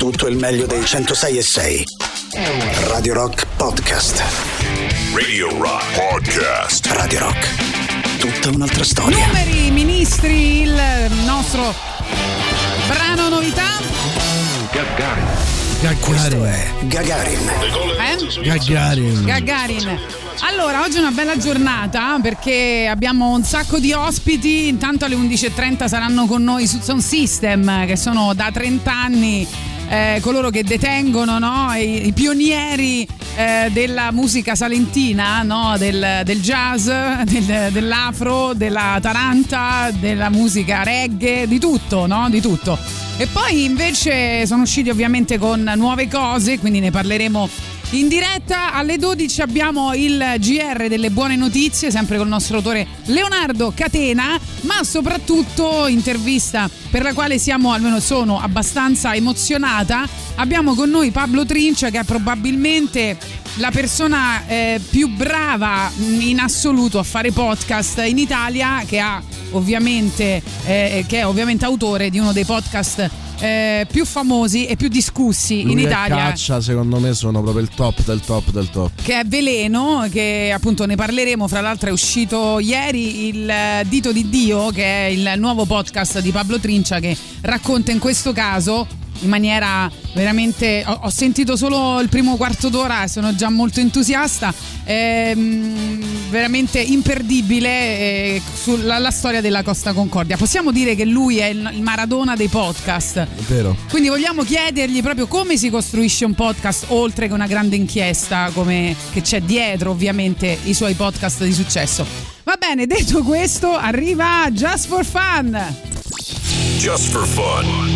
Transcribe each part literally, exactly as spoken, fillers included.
tutto il meglio dei centosei e sei. Radio Rock Podcast. Radio Rock Podcast. Radio Rock. Tutta un'altra storia. Numeri, ministri, il nostro brano novità. Gagarin. Questo è Gagarin. Eh? Gagarin. Gagarin. Allora, oggi è una bella giornata perché abbiamo un sacco di ospiti. Intanto alle undici e trenta saranno con noi su Sound System, che sono da trenta anni eh, coloro che detengono, no? I, i pionieri eh, della musica salentina, no? del, del jazz, del, dell'afro, della taranta, della musica reggae, di tutto, no? Di tutto. E poi invece sono usciti ovviamente con nuove cose, quindi ne parleremo in diretta. Alle dodici abbiamo il G R delle buone notizie, sempre con il nostro autore Leonardo Catena, ma soprattutto intervista per la quale siamo, almeno sono abbastanza emozionata. Abbiamo con noi Pablo Trincia, che è probabilmente la persona eh, più brava in assoluto a fare podcast in Italia, che ha ovviamente eh, che è ovviamente autore di uno dei podcast Eh, più famosi e più discussi Lui in e Italia. Caccia, secondo me, sono proprio il top del top del top. Che è Veleno, che appunto ne parleremo. Fra l'altro è uscito ieri il Dito di Dio, che è il nuovo podcast di Pablo Trincia, che racconta in questo caso in maniera veramente, ho, ho sentito solo il primo quarto d'ora e sono già molto entusiasta, ehm, veramente imperdibile eh, sulla la storia della Costa Concordia. Possiamo dire che lui è il, il Maradona dei podcast. È vero. Quindi vogliamo chiedergli proprio come si costruisce un podcast, oltre che una grande inchiesta come che c'è dietro ovviamente i suoi podcast di successo. Va bene, detto questo, arriva Just for Fun. Just for Fun.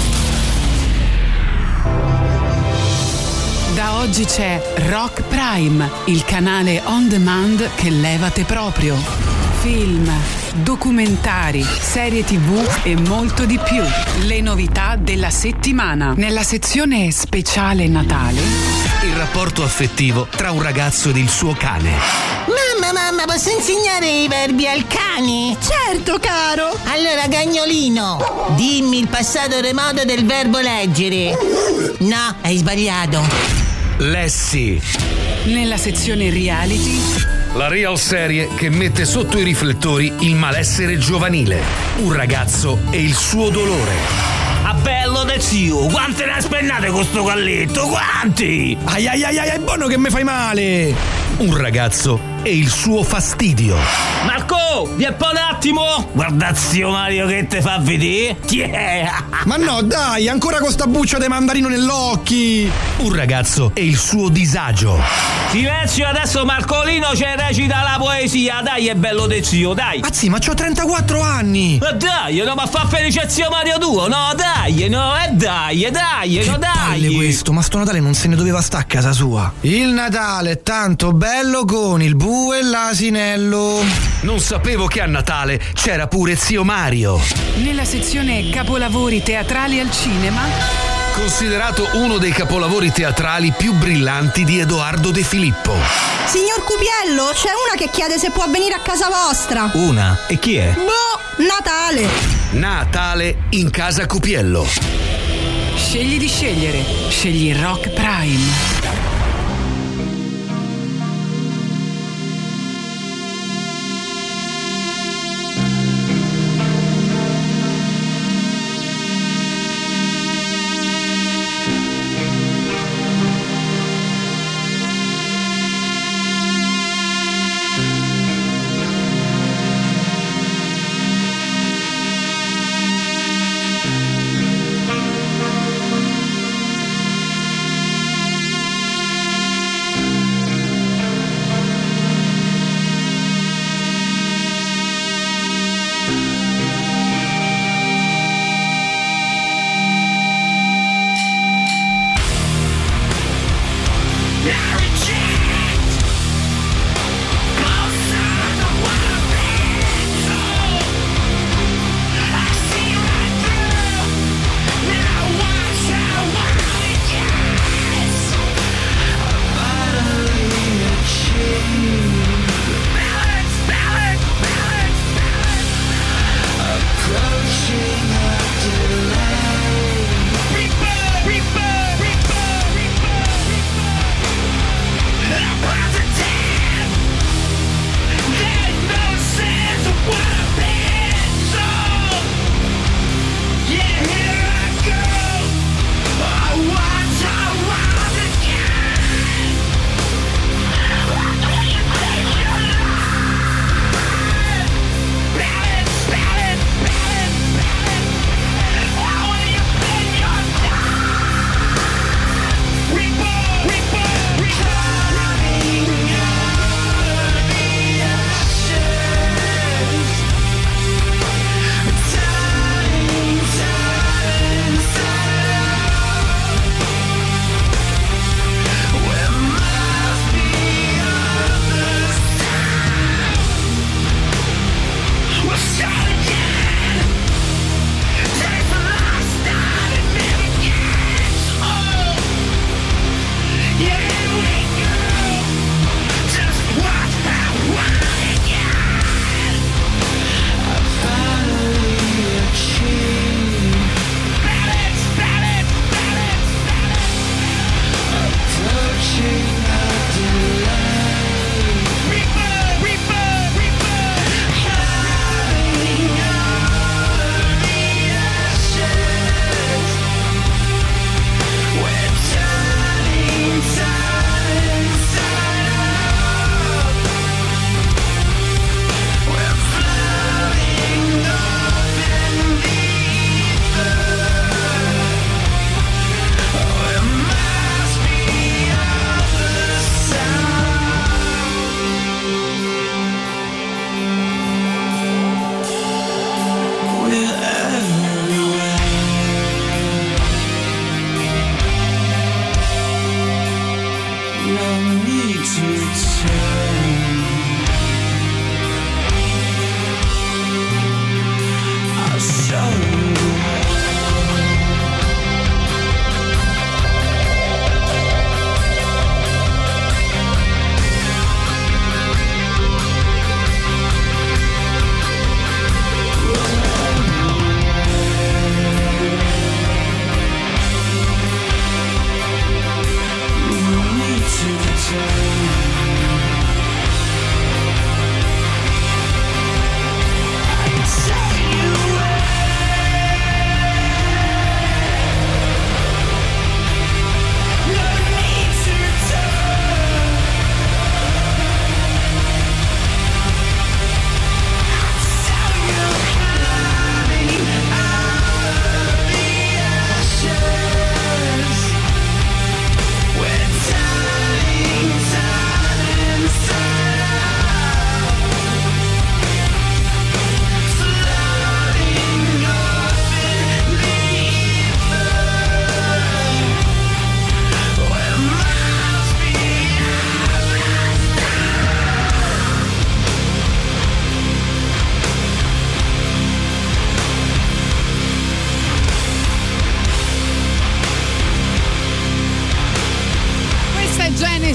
Da oggi c'è Rock Prime, il canale on demand che levate proprio. Film, documentari, serie tivù e molto di più. Le novità della settimana. Nella sezione speciale Natale, il rapporto affettivo tra un ragazzo ed il suo cane. Mamma, mamma, posso insegnare i verbi al cane? Certo, caro. Allora, cagnolino, dimmi il passato remoto del verbo leggere. No, hai sbagliato. Lessi. nella sezione reality, la real serie che mette sotto i riflettori il malessere giovanile, un ragazzo e il suo dolore. A bello de zio, quante ne ha spennate con sto calletto? Quanti? Ai ai ai ai, è buono che mi fai male! Un ragazzo e il suo fastidio. Marco, vieni un attimo! Guarda zio Mario che te fa vedere! Yeah. Ma no, dai, ancora con sta buccia di mandarino nell'occhi! Un ragazzo e il suo disagio. Silenzio, adesso Marcolino ci recita la poesia, dai, è bello de zio, dai! Ah sì, ma c'ho trentaquattro anni! Ma dai, no, ma fa felice zio Mario tuo, no, dai, no, e eh, dai, dai, che no, dai! Palle questo, ma sto Natale non se ne doveva sta a casa sua. Il Natale è tanto bello con il bue e l'asinello. Non sapevo che a Natale c'era pure zio Mario. Nella sezione capolavori teatrali al cinema, considerato uno dei capolavori teatrali più brillanti di Edoardo De Filippo. Signor Cupiello, c'è una che chiede se può venire a casa vostra. Una? E chi è? Boh, Natale. Natale in casa Cupiello. Scegli di scegliere. Scegli Rock Prime.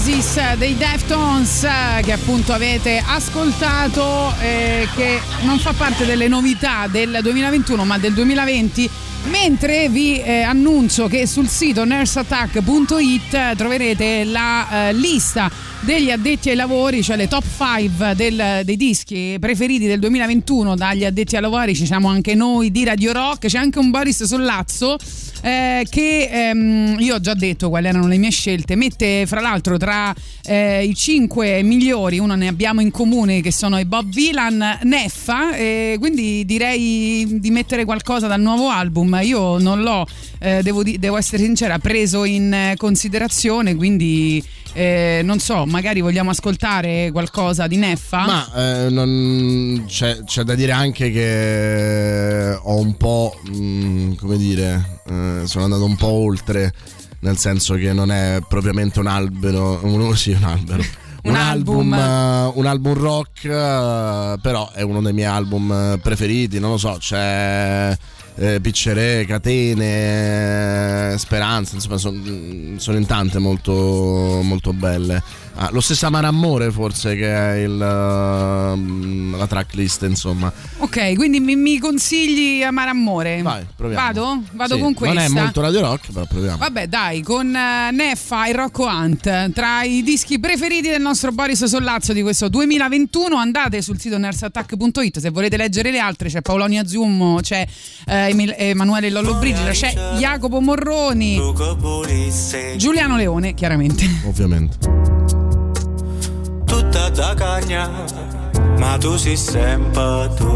Oasis dei Deftones, che appunto avete ascoltato, eh, che non fa parte delle novità del duemilaventuno ma del duemilaventi. Mentre vi eh, annuncio che sul sito nurse attack punto it troverete la eh, lista degli addetti ai lavori, cioè le top cinque del, dei dischi preferiti del duemilaventuno dagli addetti ai lavori. Ci siamo anche noi di Radio Rock, c'è anche un Boris Sollazzo eh, che ehm, io ho già detto quali erano le mie scelte. Mette fra l'altro tra eh, i cinque migliori, uno ne abbiamo in comune che sono i Bob Vylan, Neffa, e quindi direi di mettere qualcosa dal nuovo album. Io non l'ho, eh, devo, di- devo essere sincera, preso in considerazione, quindi eh, non so, magari vogliamo ascoltare qualcosa di Neffa? Ma eh, non, c'è, c'è da dire anche che ho un po', mh, come dire, eh, sono andato un po' oltre, nel senso che non è propriamente un albero, uno, sì, un albero. Un, un album, album uh, un album rock, uh, però è uno dei miei album preferiti, non lo so, c'è eh, Picceré, Catene, Speranza, insomma sono son in tante molto, molto belle. Ah, lo stesso Amare Amore forse, che è il, uh, la tracklist, insomma. Ok, quindi mi, mi consigli Amare Amore? Vai, proviamo. Vado? Vado Sì, con questa. non è molto Radio Rock, però proviamo. Vabbè, dai, con uh, Neffa e Rocco Hunt, tra i dischi preferiti del nostro Boris Sollazzo di questo duemilaventuno. Andate sul sito nurse attack punto it se volete leggere le altre. C'è Paolonio Ziummo, c'è eh, Emil- Emanuele Lollobrigida, c'è Jacopo Morroni, Giuliano Leone, chiaramente. Ovviamente. Tutta da cagna, ma tu sei sempre tu.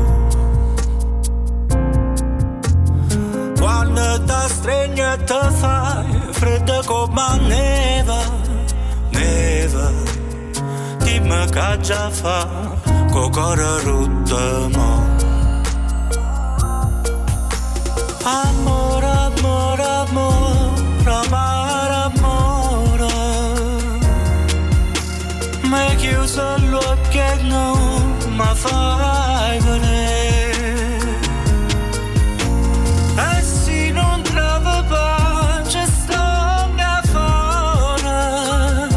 Quando ti stringi e ti fai freddo come neve, neve. Dimmi che già fa, con cuore rotto mo. Amore, amore, amore, amare, amore. Mi hai chiuso l'occhio e non mi fai vedere. E se non trovo pace sto mia fame.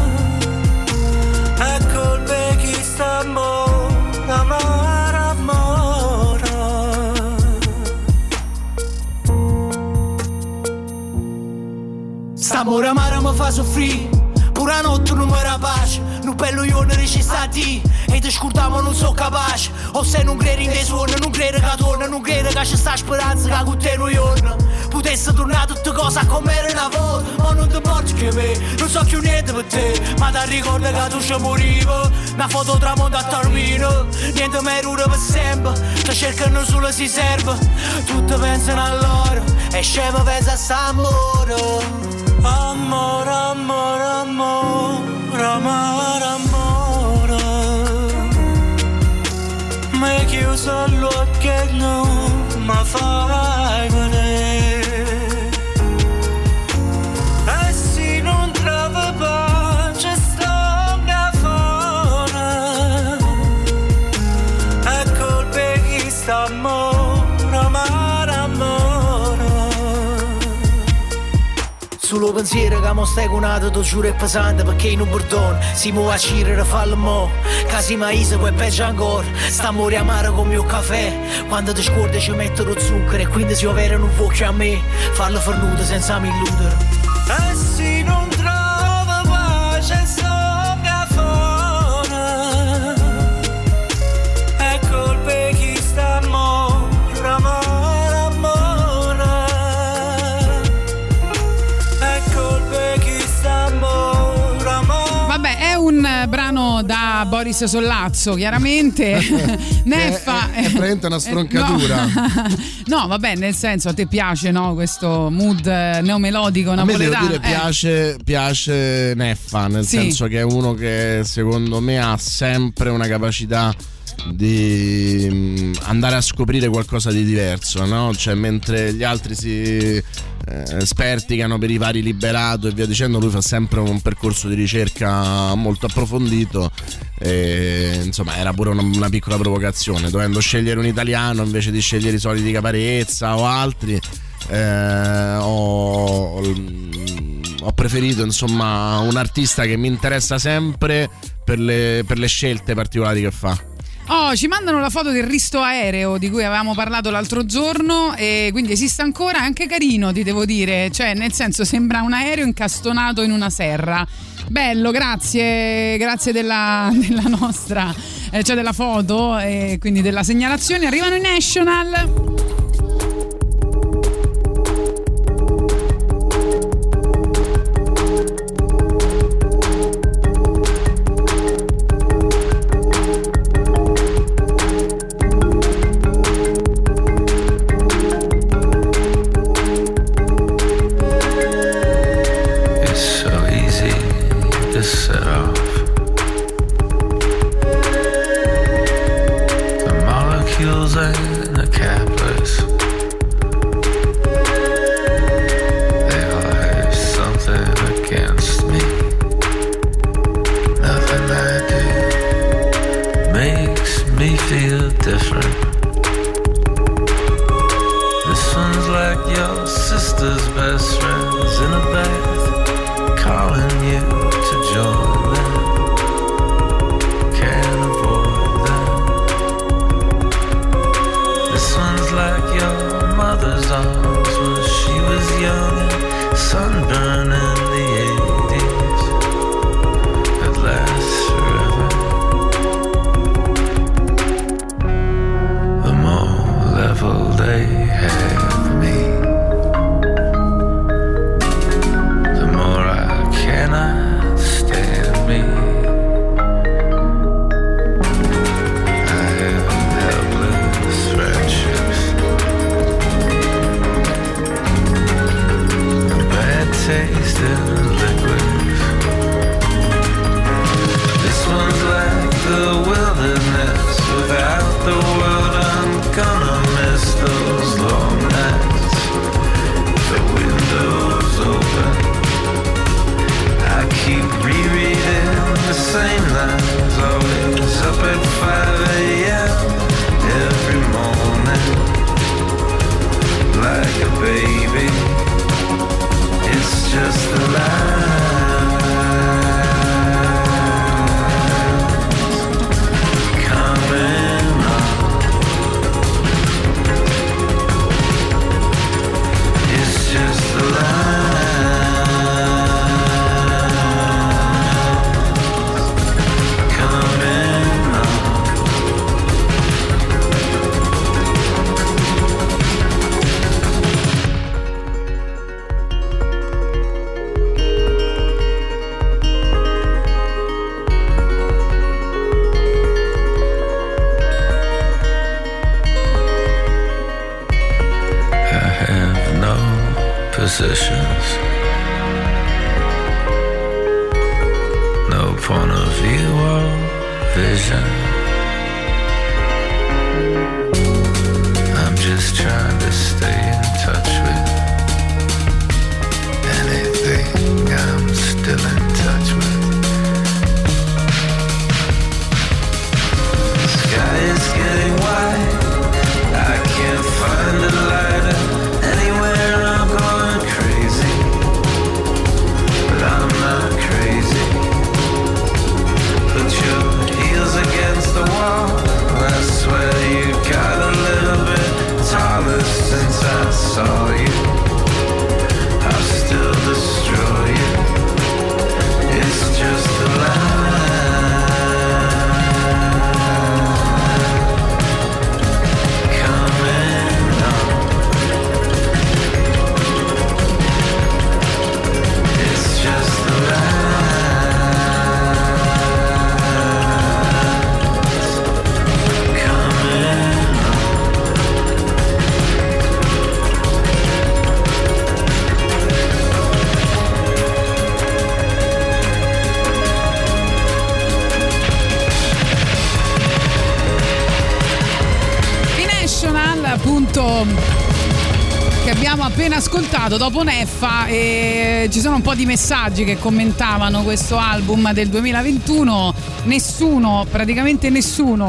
E colpe chi sta amore, amare, amore. St'amore amaro mi fa soffrire. Pure la notte non mi era pace. Non bello io non riesci a dire. E ti scordavo non sono capace. O se non credi in dei suoni, non credi che torna. Non credi che c'è sta speranza che con te non torna. Potesse tornare tutte cose come era una volta. Ma non ti porti che me. Non so più niente per te. Ma ti ricordo che tu ci morivo. Una foto tramonto a Tormino. Niente mai dura per sempre. Ti cercano solo si serve. Tutti pensano a loro. E scemo pensa a st'amore. Amore, amore, amore, amare, amore. Mi hai chiuso l'occhio e non mi fai vedere. E se non trovo pace sto mia fame. E colpe chi sta amore, amare, amore. Solo pensiero che mo stai con nato, tu giuro è pesante perché non perdono. Si muove a cirere, fallo mo. Casi maise, poi peggio ancora. Sta amore amaro come mio caffè. Quando ti scordi ci metto lo zucchero. E quindi se io avere non voce a me, fallo fornuto senza mi illudere. E se non trovo pace sto mia fame. E colpe chi sta amore, amore, amore. E colpe chi sta amore, amore. Vabbè, è un brano da Boris Sollazzo, chiaramente. Neffa è, è, è praticamente una stroncatura. No. No, vabbè, nel senso, a te piace, no? Questo mood neomelodico napoletano. A me devo dire, eh. piace, piace Neffa, nel Sì. senso che è uno che secondo me ha sempre una capacità di mh, andare a scoprire qualcosa di diverso, no? Cioè, mentre gli altri si eh, sperticano per i vari Liberato e via dicendo, lui fa sempre un percorso di ricerca molto approfondito. E, insomma, era pure una, una piccola provocazione, dovendo scegliere un italiano invece di scegliere i soliti Caparezza o altri. Eh, ho, ho ho preferito insomma un artista che mi interessa sempre per le, per le scelte particolari che fa. Oh, ci mandano la foto del risto aereo di cui avevamo parlato l'altro giorno, e quindi esiste ancora, è anche carino, ti devo dire, cioè nel senso sembra un aereo incastonato in una serra. Bello, grazie, grazie della, della nostra, eh, cioè della foto e quindi della segnalazione. Arrivano i National. Set off the molecules and the capless. They all have something against me. Nothing I do makes me feel different. This one's like your sister's best friends in a bath, calling you to join them. Can't avoid them. This one's like your mother's arms when she was young and sunburned in the eighties. It lasts forever. The more level they have me, the more I cannot stand me. I have helpless friendships, a bad taste in liquids. This one's like the wilderness without the world. I'm gonna miss those long nights, the windows open. I keep rereading the same lines, always up at five a.m. every morning. Like a baby, it's just the lines coming on. It's just the lines. Positions, no point of view or vision. I'm just trying to stay in touch with anything I'm still in touch with. The sky is getting white, I can't find a lighter anywhere. I'm going crazy, but I'm not crazy. Put your heels against the wall, I swear you got a little bit taller since I saw you. I'll still destroy you. It's just the line coming on. It's just the line coming on. I National, appunto, che abbiamo appena ascoltato dopo Neffa, e ci sono un po' di messaggi che commentavano questo album del duemilaventuno. Nessuno, praticamente nessuno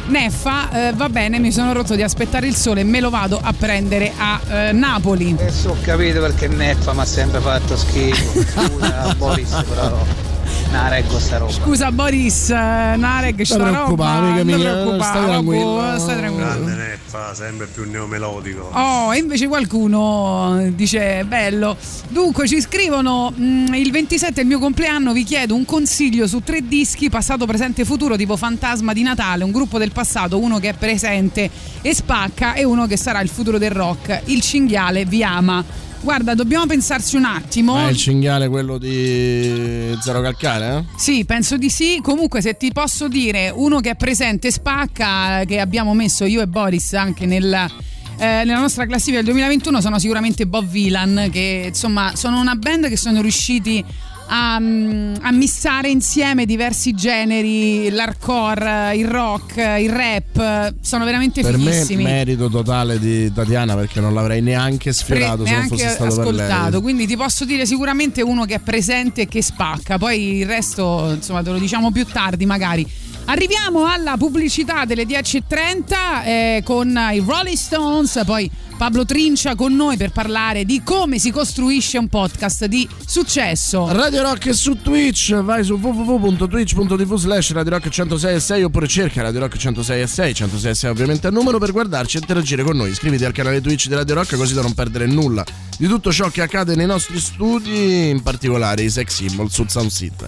Neffa, eh, va bene, mi sono rotto di aspettare il sole e me lo vado a prendere a eh, Napoli. Adesso ho capito perché Neffa mi ha sempre fatto schifo. Scusa Boris, però no, reggo sta roba. Scusa Boris, Nareg, sta roba. Non ti preoccupare, stai tranquillo. Stai tranquillo. Grande Neffa, sempre più neomelodico. Oh, e invece qualcuno dice bello. Dunque ci scrivono mh, il ventisette è il mio compleanno, vi chiedo un consiglio su tre dischi passato, presente, futuro, tipo Fantasma di Natale, un gruppo del passato, uno che è presente e spacca e uno che sarà il futuro del rock. Il cinghiale vi ama. Guarda, dobbiamo pensarci un attimo. Ma è il cinghiale quello di Zero Calcare? Eh? Sì, penso di sì. Comunque, se ti posso dire uno che è presente spacca, che abbiamo messo io e Boris anche nel, eh, nella nostra classifica del duemilaventuno, sono sicuramente Bob Vylan, che insomma sono una band che sono riusciti a, a missare insieme diversi generi, l'hardcore, il rock, il rap, sono veramente per fighissimi. Per me merito totale di Tatiana, perché non l'avrei neanche sfiorato Pre- se non fosse stato ascoltato, per lei. Quindi ti posso dire sicuramente uno che è presente e che spacca, poi il resto insomma te lo diciamo più tardi magari. Arriviamo alla pubblicità delle dieci e trenta eh, con i Rolling Stones, poi Pablo Trincia con noi per parlare di come si costruisce un podcast di successo. Radio Rock è su Twitch, vai su w w w punto twitch punto t v slash Radio Rock centosei e sei oppure cerca Radio Rock centosei e sei, centosei e sei ovviamente al numero, per guardarci e interagire con noi. Iscriviti al canale Twitch di Radio Rock così da non perdere nulla di tutto ciò che accade nei nostri studi, in particolare i sex symbol sul Sound System.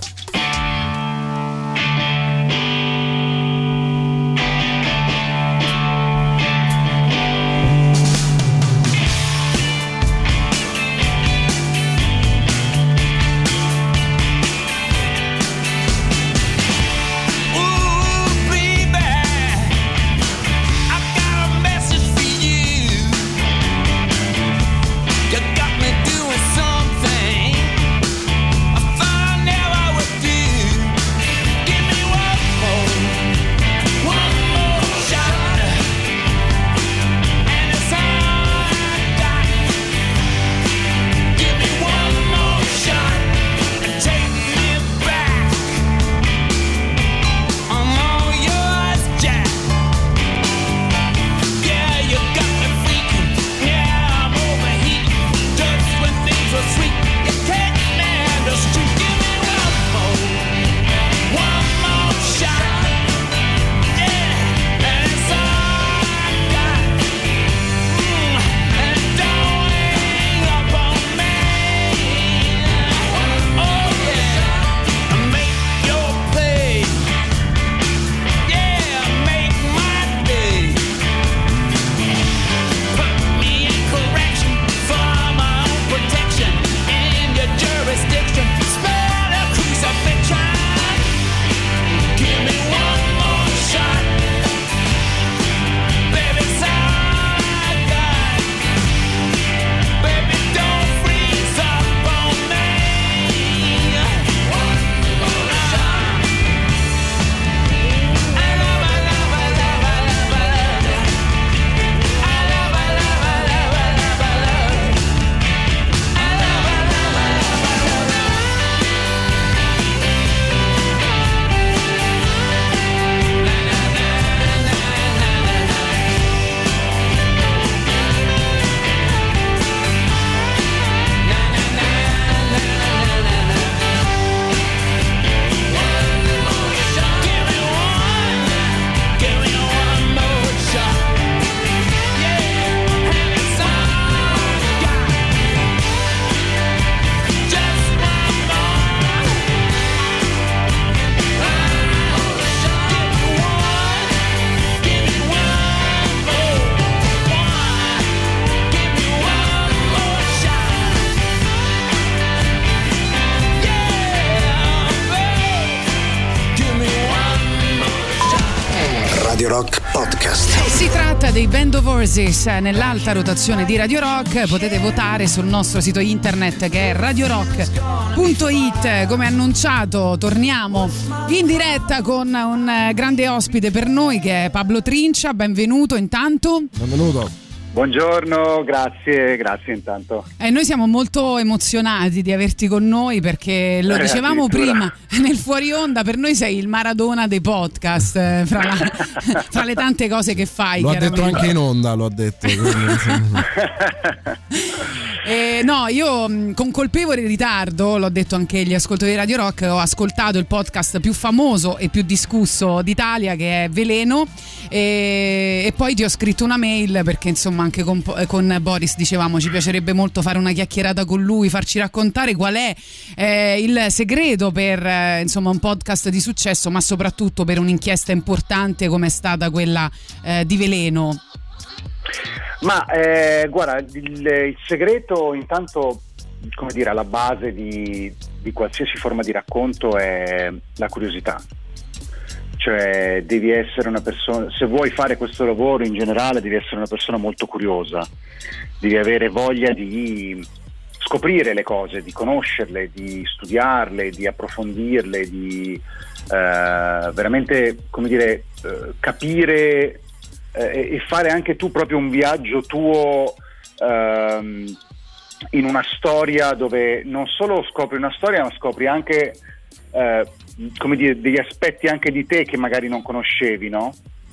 Radio Rock Podcast. Si tratta dei Band of Horses nell'alta rotazione di Radio Rock. Potete votare sul nostro sito internet che è radio rock punto it. Come annunciato, torniamo in diretta con un grande ospite per noi che è Pablo Trincia. Benvenuto intanto. Benvenuto. Buongiorno, grazie, grazie intanto. Eh, noi siamo molto emozionati di averti con noi perché lo Eh, dicevamo addirittura. prima nel fuori onda, per noi sei il Maradona dei podcast, eh, fra, la- fra le tante cose che fai. Lo ha detto chiaramente. anche in onda, lo ha detto. quindi, insomma. Eh, no, io mh, con colpevole ritardo, l'ho detto anche agli ascoltatori di Radio Rock, ho ascoltato il podcast più famoso e più discusso d'Italia, che è Veleno, e, e poi ti ho scritto una mail perché insomma anche con, con Boris dicevamo ci piacerebbe molto fare una chiacchierata con lui, farci raccontare qual è eh, il segreto per eh, insomma un podcast di successo, ma soprattutto per un'inchiesta importante come è stata quella eh, di Veleno. Ma eh, guarda, il, il segreto intanto, come dire, alla base di, di qualsiasi forma di racconto è la curiosità. Cioè devi essere una persona, se vuoi fare questo lavoro in generale devi essere una persona molto curiosa, devi avere voglia di scoprire le cose, di conoscerle, di studiarle, di approfondirle, di eh, veramente, come dire, eh, capire eh, e fare anche tu proprio un viaggio tuo ehm, in una storia dove non solo scopri una storia ma scopri anche eh, come dire, degli aspetti anche di te che magari non conoscevi, no?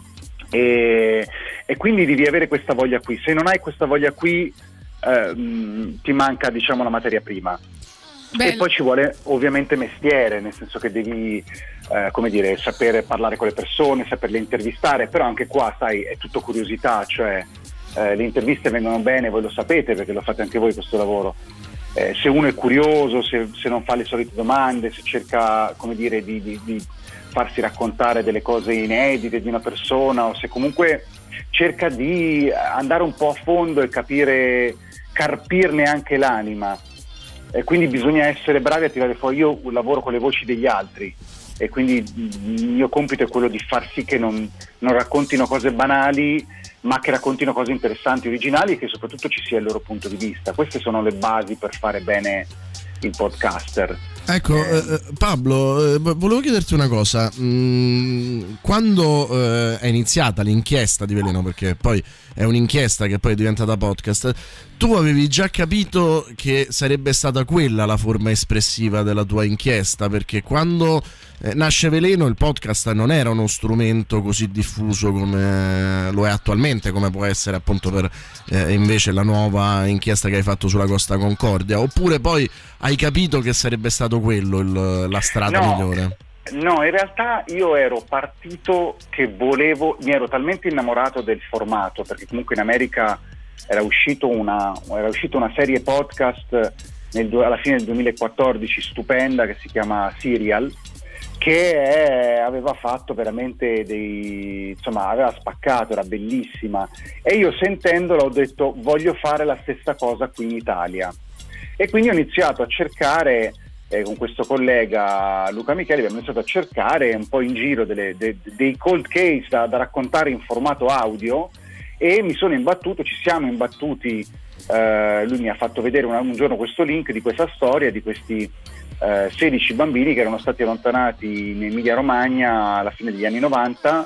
E, e quindi devi avere questa voglia qui. Se non hai questa voglia qui eh, mh, ti manca, diciamo, la materia prima. Bello. E poi ci vuole ovviamente mestiere, nel senso che devi eh, come dire, sapere parlare con le persone, saperle intervistare, però anche qua, sai, è tutto curiosità, cioè eh, le interviste vengono bene, voi lo sapete perché lo fate anche voi questo lavoro. Eh, se uno è curioso, se, se non fa le solite domande, se cerca, come dire, di, di, di farsi raccontare delle cose inedite di una persona, o se comunque cerca di andare un po' a fondo e capire, carpirne anche l'anima. E quindi bisogna essere bravi a tirare fuori. Io lavoro con le voci degli altri e quindi il mio compito è quello di far sì che non, non raccontino cose banali, ma che raccontino cose interessanti, originali, e che soprattutto ci sia il loro punto di vista. Queste sono le basi per fare bene il podcaster. Ecco, eh, Pablo, eh, volevo chiederti una cosa. Mm, quando eh, è iniziata l'inchiesta di Veleno, perché poi è un'inchiesta che poi è diventata podcast, tu avevi già capito che sarebbe stata quella la forma espressiva della tua inchiesta? Perché quando eh, nasce Veleno il podcast non era uno strumento così diffuso come lo è attualmente, come può essere appunto per eh, invece la nuova inchiesta che hai fatto sulla Costa Concordia, oppure poi hai capito che sarebbe stato quello il, la strada No. migliore? No, in realtà io ero partito che volevo, mi ero talmente innamorato del formato, perché comunque in America era uscito una, era uscita una serie podcast nel, alla fine del duemilaquattordici stupenda che si chiama Serial, che è, aveva fatto veramente dei, insomma, aveva spaccato, era bellissima, e io sentendola ho detto voglio fare la stessa cosa qui in Italia, e quindi ho iniziato a cercare eh, con questo collega Luca Micheli, abbiamo iniziato a cercare un po' in giro delle, de, dei cold case da, da raccontare in formato audio, e mi sono imbattuto, ci siamo imbattuti, eh, lui mi ha fatto vedere una, un giorno questo link di questa storia di questi eh, sedici bambini che erano stati allontanati in Emilia Romagna alla fine degli anni novanta,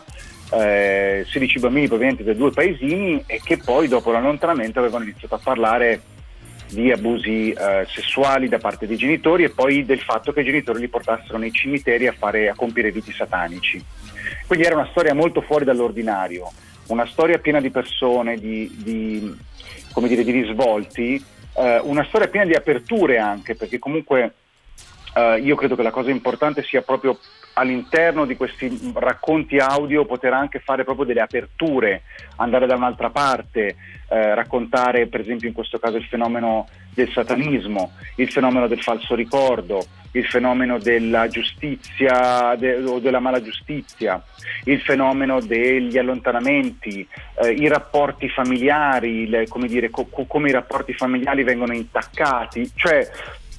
eh, sedici bambini provenienti da due paesini, e che poi dopo l'allontanamento avevano iniziato a parlare di abusi eh, sessuali da parte dei genitori, e poi del fatto che i genitori li portassero nei cimiteri a fare a compiere riti satanici. Quindi era una storia molto fuori dall'ordinario, una storia piena di persone, di, di come dire, di risvolti, eh, una storia piena di aperture anche, perché comunque eh, io credo che la cosa importante sia proprio all'interno di questi racconti audio poter anche fare proprio delle aperture, andare da un'altra parte, eh, raccontare per esempio in questo caso il fenomeno del satanismo, il fenomeno del falso ricordo, il fenomeno della giustizia de- o della mala giustizia, il fenomeno degli allontanamenti, eh, i rapporti familiari, le, come dire, co- co- come i rapporti familiari vengono intaccati, cioè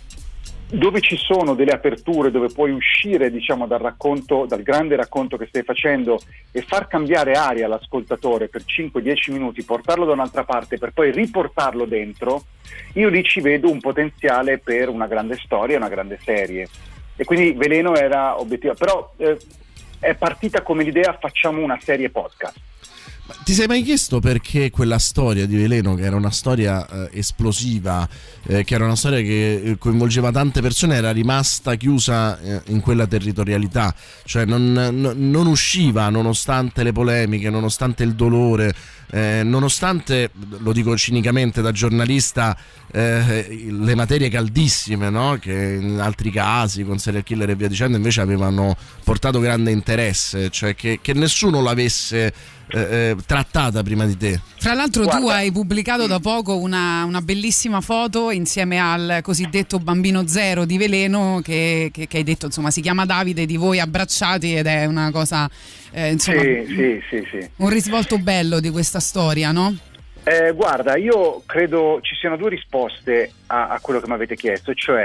dove ci sono delle aperture, dove puoi uscire, diciamo, dal racconto, dal grande racconto che stai facendo, e far cambiare aria all'ascoltatore per cinque dieci minuti, portarlo da un'altra parte per poi riportarlo dentro, io lì ci vedo un potenziale per una grande storia, una grande serie. E quindi Veleno era obiettivo, però eh, è partita come l'idea facciamo una serie podcast. Ti sei mai chiesto perché quella storia di Veleno, che era una storia eh, esplosiva, eh, che era una storia che coinvolgeva tante persone, era rimasta chiusa eh, in quella territorialità, cioè non, non, non usciva nonostante le polemiche, nonostante il dolore, eh, nonostante, lo dico cinicamente da giornalista, eh, le materie caldissime, no? Che in altri casi con serial killer e via dicendo invece avevano portato grande interesse, cioè che, che nessuno l'avesse Eh, eh, trattata prima di te. Fra l'altro Guarda. tu hai pubblicato da poco una, una bellissima foto insieme al cosiddetto bambino zero di Veleno che, che, che hai detto insomma si chiama Davide, di voi abbracciati, ed è una cosa eh, insomma Sì, sì, sì, sì. un risvolto bello di questa storia, no? Eh, guarda, io credo ci siano due risposte a, a quello che mi avete chiesto, cioè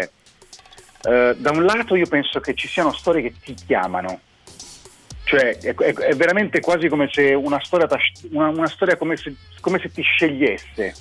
eh, da un lato io penso che ci siano storie che ti chiamano. Cioè è, è, è veramente quasi come se una storia, una, una storia come, se, come se ti scegliesse,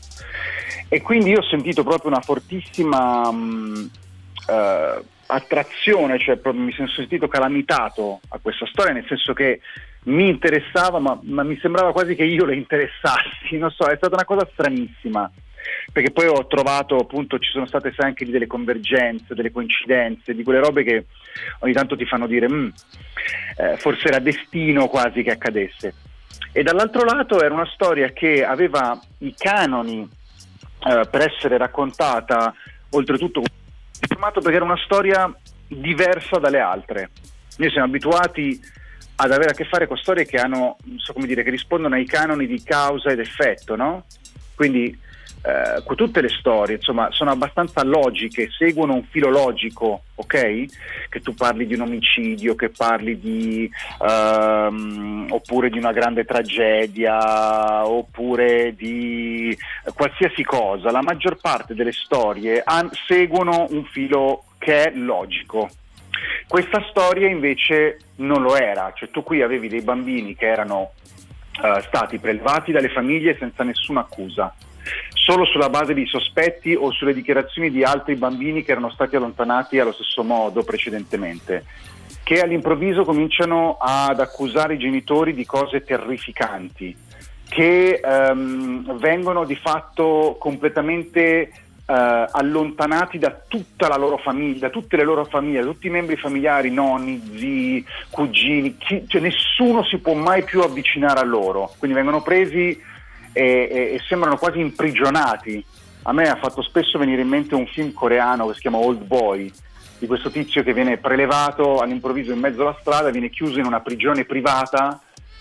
e quindi io ho sentito proprio una fortissima um, uh, attrazione, cioè proprio mi sono sentito calamitato a questa storia, nel senso che mi interessava, ma, ma mi sembrava quasi che io le interessassi, non so, è stata una cosa stranissima, perché poi ho trovato, appunto, ci sono state sai, anche lì delle convergenze, delle coincidenze, di quelle robe che ogni tanto ti fanno dire mm, eh, forse era destino quasi che accadesse. E dall'altro lato era una storia che aveva i canoni eh, per essere raccontata, oltretutto formato, perché era una storia diversa dalle altre. Noi siamo abituati ad avere a che fare con storie che hanno, non so come dire, che rispondono ai canoni di causa ed effetto, no? Quindi Eh, tutte le storie insomma sono abbastanza logiche, seguono un filo logico, ok? Che tu parli di un omicidio, che parli di ehm, oppure di una grande tragedia, oppure di qualsiasi cosa. La maggior parte delle storie han, seguono un filo che è logico. Questa storia invece non lo era, cioè tu qui avevi dei bambini che erano eh, stati prelevati dalle famiglie senza nessuna accusa, solo sulla base di sospetti o sulle dichiarazioni di altri bambini che erano stati allontanati allo stesso modo precedentemente, che all'improvviso cominciano ad accusare i genitori di cose terrificanti, che um, vengono di fatto completamente uh, allontanati da tutta la loro famiglia, da tutte le loro famiglie, da tutti i membri familiari, nonni, zii, cugini, chi, cioè nessuno si può mai più avvicinare a loro, quindi vengono presi E, e, e sembrano quasi imprigionati. A me ha fatto spesso venire in mente un film coreano che si chiama Old Boy, di questo tizio che viene prelevato all'improvviso in mezzo alla strada, viene chiuso in una prigione privata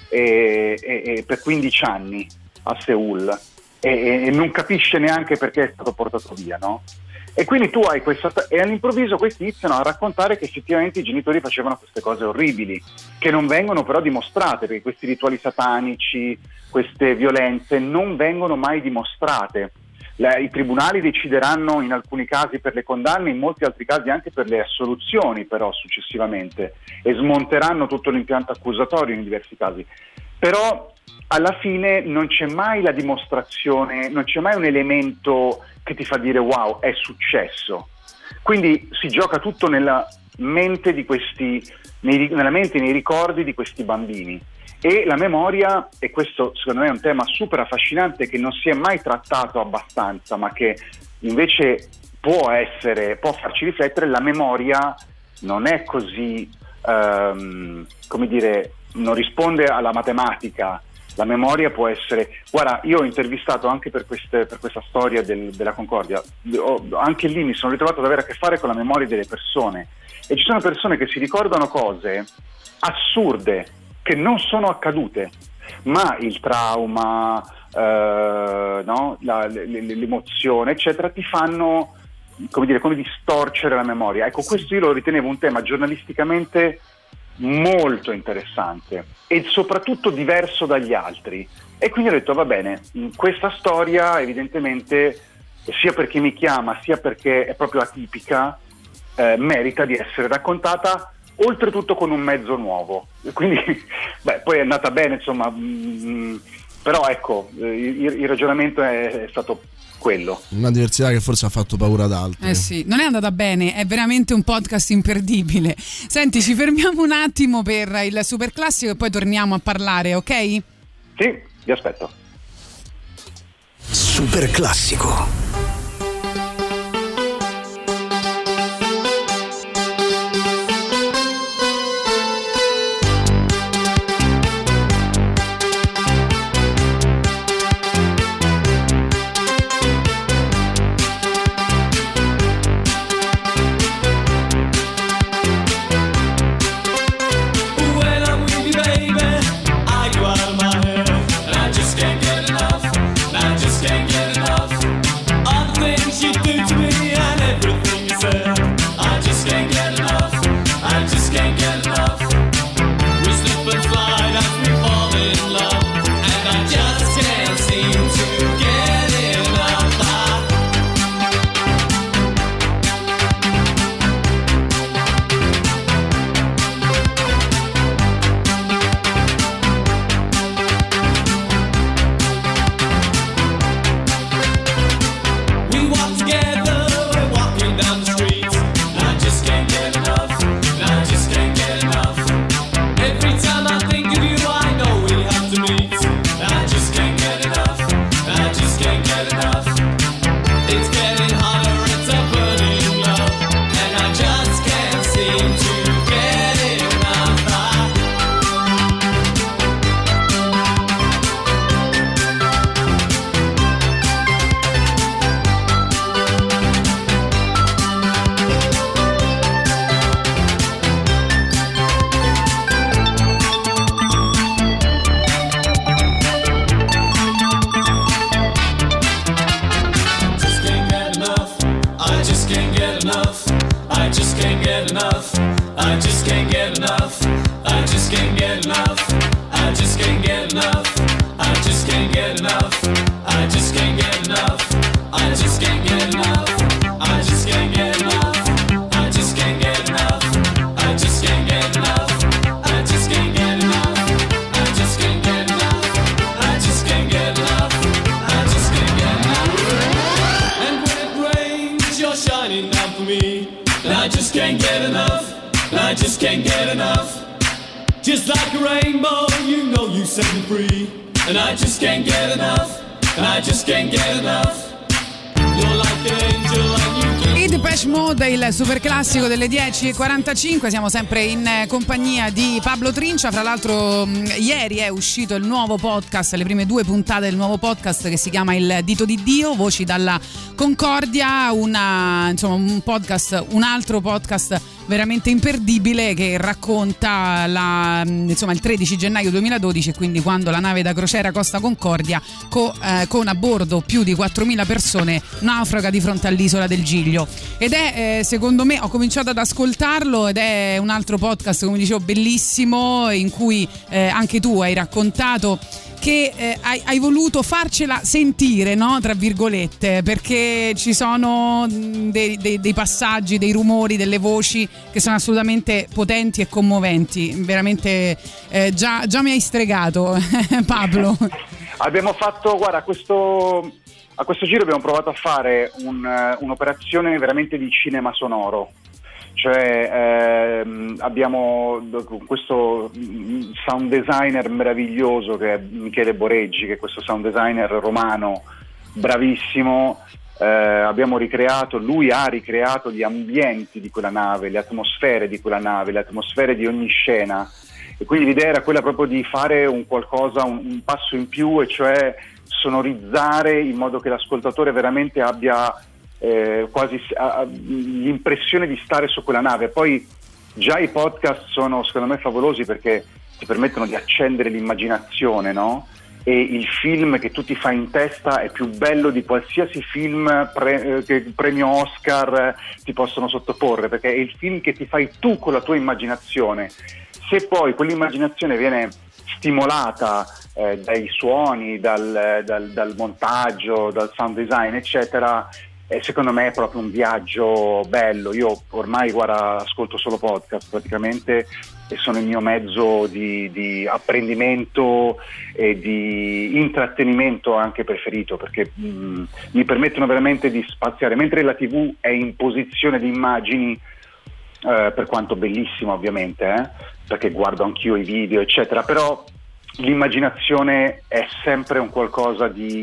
e, e, e per quindici anni a Seoul e, e non capisce neanche perché è stato portato via, no? E quindi tu hai questa, e all'improvviso questi iniziano a raccontare che effettivamente i genitori facevano queste cose orribili, che non vengono però dimostrate, perché questi rituali satanici, queste violenze non vengono mai dimostrate. La, i tribunali decideranno in alcuni casi per le condanne, in molti altri casi anche per le assoluzioni, però successivamente, e smonteranno tutto l'impianto accusatorio in diversi casi. Però alla fine non c'è mai la dimostrazione, non c'è mai un elemento che ti fa dire wow, è successo. Quindi si gioca tutto nella mente di questi, nei, nella mente e nei ricordi di questi bambini. E la memoria, e questo secondo me è un tema super affascinante che non si è mai trattato abbastanza, ma che invece può essere, può farci riflettere, la memoria non è così, um, come dire, non risponde alla matematica. La memoria può essere, guarda, io ho intervistato anche per, queste, per questa storia del, della Concordia, ho, anche lì mi sono ritrovato ad avere a che fare con la memoria delle persone, e ci sono persone che si ricordano cose assurde che non sono accadute, ma il trauma, eh, no? la, l'emozione eccetera ti fanno, come dire, come distorcere la memoria. Ecco, questo io lo ritenevo un tema giornalisticamente molto interessante e soprattutto diverso dagli altri, e quindi ho detto va bene, questa storia evidentemente, sia perché mi chiama sia perché è proprio atipica, eh, merita di essere raccontata, oltretutto con un mezzo nuovo. Quindi beh, poi è andata bene, insomma, mh, però ecco, il, il ragionamento è, è stato quello. Una diversità che forse ha fatto paura ad altri. Eh sì, non è andata bene, è veramente un podcast imperdibile. Senti, ci fermiamo un attimo per il super classico e poi torniamo a parlare, ok? Sì, Vi aspetto. Super classico. Super classico delle dieci e quarantacinque, siamo sempre in compagnia di Pablo Trincia. Fra l'altro mh, ieri è uscito il nuovo podcast, le prime due puntate del nuovo podcast che si chiama Il Dito di Dio, Voci dalla Concordia, una, insomma, un podcast, un altro podcast veramente imperdibile che racconta la, insomma, il tredici gennaio duemiladodici, quindi quando la nave da crociera Costa Concordia co, eh, con a bordo più di quattromila persone naufraga di fronte all'isola del Giglio. Ed è eh, secondo me, ho cominciato ad ascoltarlo ed è un altro podcast, come dicevo, bellissimo, in cui eh, anche tu hai raccontato che eh, hai, hai voluto farcela sentire, no? Tra virgolette, perché ci sono dei, dei, dei passaggi, dei rumori, delle voci che sono assolutamente potenti e commoventi. Veramente eh, già, già mi hai stregato, Pablo. Abbiamo fatto, guarda, a questo, a questo giro abbiamo provato a fare un, un'operazione veramente di cinema sonoro. Cioè ehm, abbiamo questo sound designer meraviglioso che è Michele Boreggi, che è questo sound designer romano bravissimo. Eh, abbiamo ricreato, lui ha ricreato gli ambienti di quella nave, le atmosfere di quella nave, le atmosfere di ogni scena, e quindi l'idea era quella proprio di fare un qualcosa, un, un passo in più, e cioè sonorizzare in modo che l'ascoltatore veramente abbia Eh, quasi uh, l'impressione di stare su quella nave. Poi già i podcast sono secondo me favolosi perché ti permettono di accendere l'immaginazione, no? E il film che tu ti fai in testa è più bello di qualsiasi film pre- eh, che premio Oscar eh, ti possono sottoporre, perché è il film che ti fai tu con la tua immaginazione. Se poi quell'immaginazione viene stimolata eh, dai suoni, dal, dal, dal montaggio, dal sound design, eccetera, e secondo me è proprio un viaggio bello. Io ormai, guarda, ascolto solo podcast praticamente, e sono il mio mezzo di, di apprendimento e di intrattenimento anche preferito, perché mh, mi permettono veramente di spaziare, mentre la tivù è in posizione di immagini, eh, per quanto bellissimo ovviamente, eh, perché guardo anch'io i video eccetera, però l'immaginazione è sempre un qualcosa di,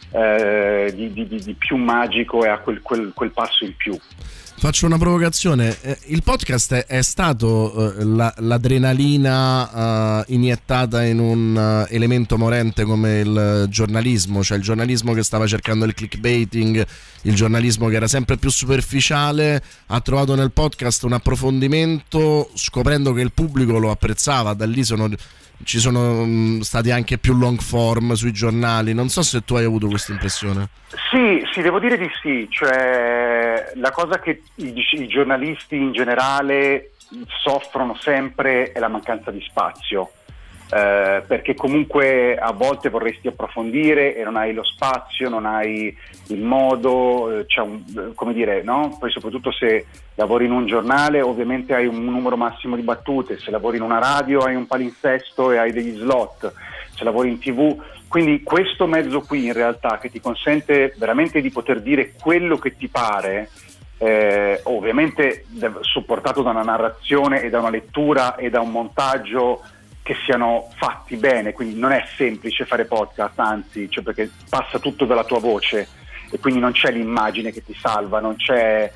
eh, di, di, di più magico e ha quel, quel, quel passo in più. Faccio una provocazione, il podcast è, è stato uh, la, l'adrenalina uh, iniettata in un uh, elemento morente come il giornalismo, cioè il giornalismo che stava cercando il clickbaiting, il giornalismo che era sempre più superficiale, ha trovato nel podcast un approfondimento scoprendo che il pubblico lo apprezzava, da lì sono... ci sono mh, stati anche più long form sui giornali. Non so se tu hai avuto questa impressione. Sì, sì, devo dire di sì. Cioè, la cosa che i, i giornalisti in generale soffrono sempre è la mancanza di spazio, eh, perché comunque a volte vorresti approfondire e non hai lo spazio, non hai il modo, eh, c'è un, come dire, no? Poi soprattutto se lavori in un giornale ovviamente hai un numero massimo di battute, se lavori in una radio hai un palinsesto e hai degli slot, se lavori in tv, quindi questo mezzo qui in realtà che ti consente veramente di poter dire quello che ti pare, eh, ovviamente supportato da una narrazione e da una lettura e da un montaggio che siano fatti bene, quindi non è semplice fare podcast, anzi, cioè perché passa tutto dalla tua voce e quindi non c'è l'immagine che ti salva, non c'è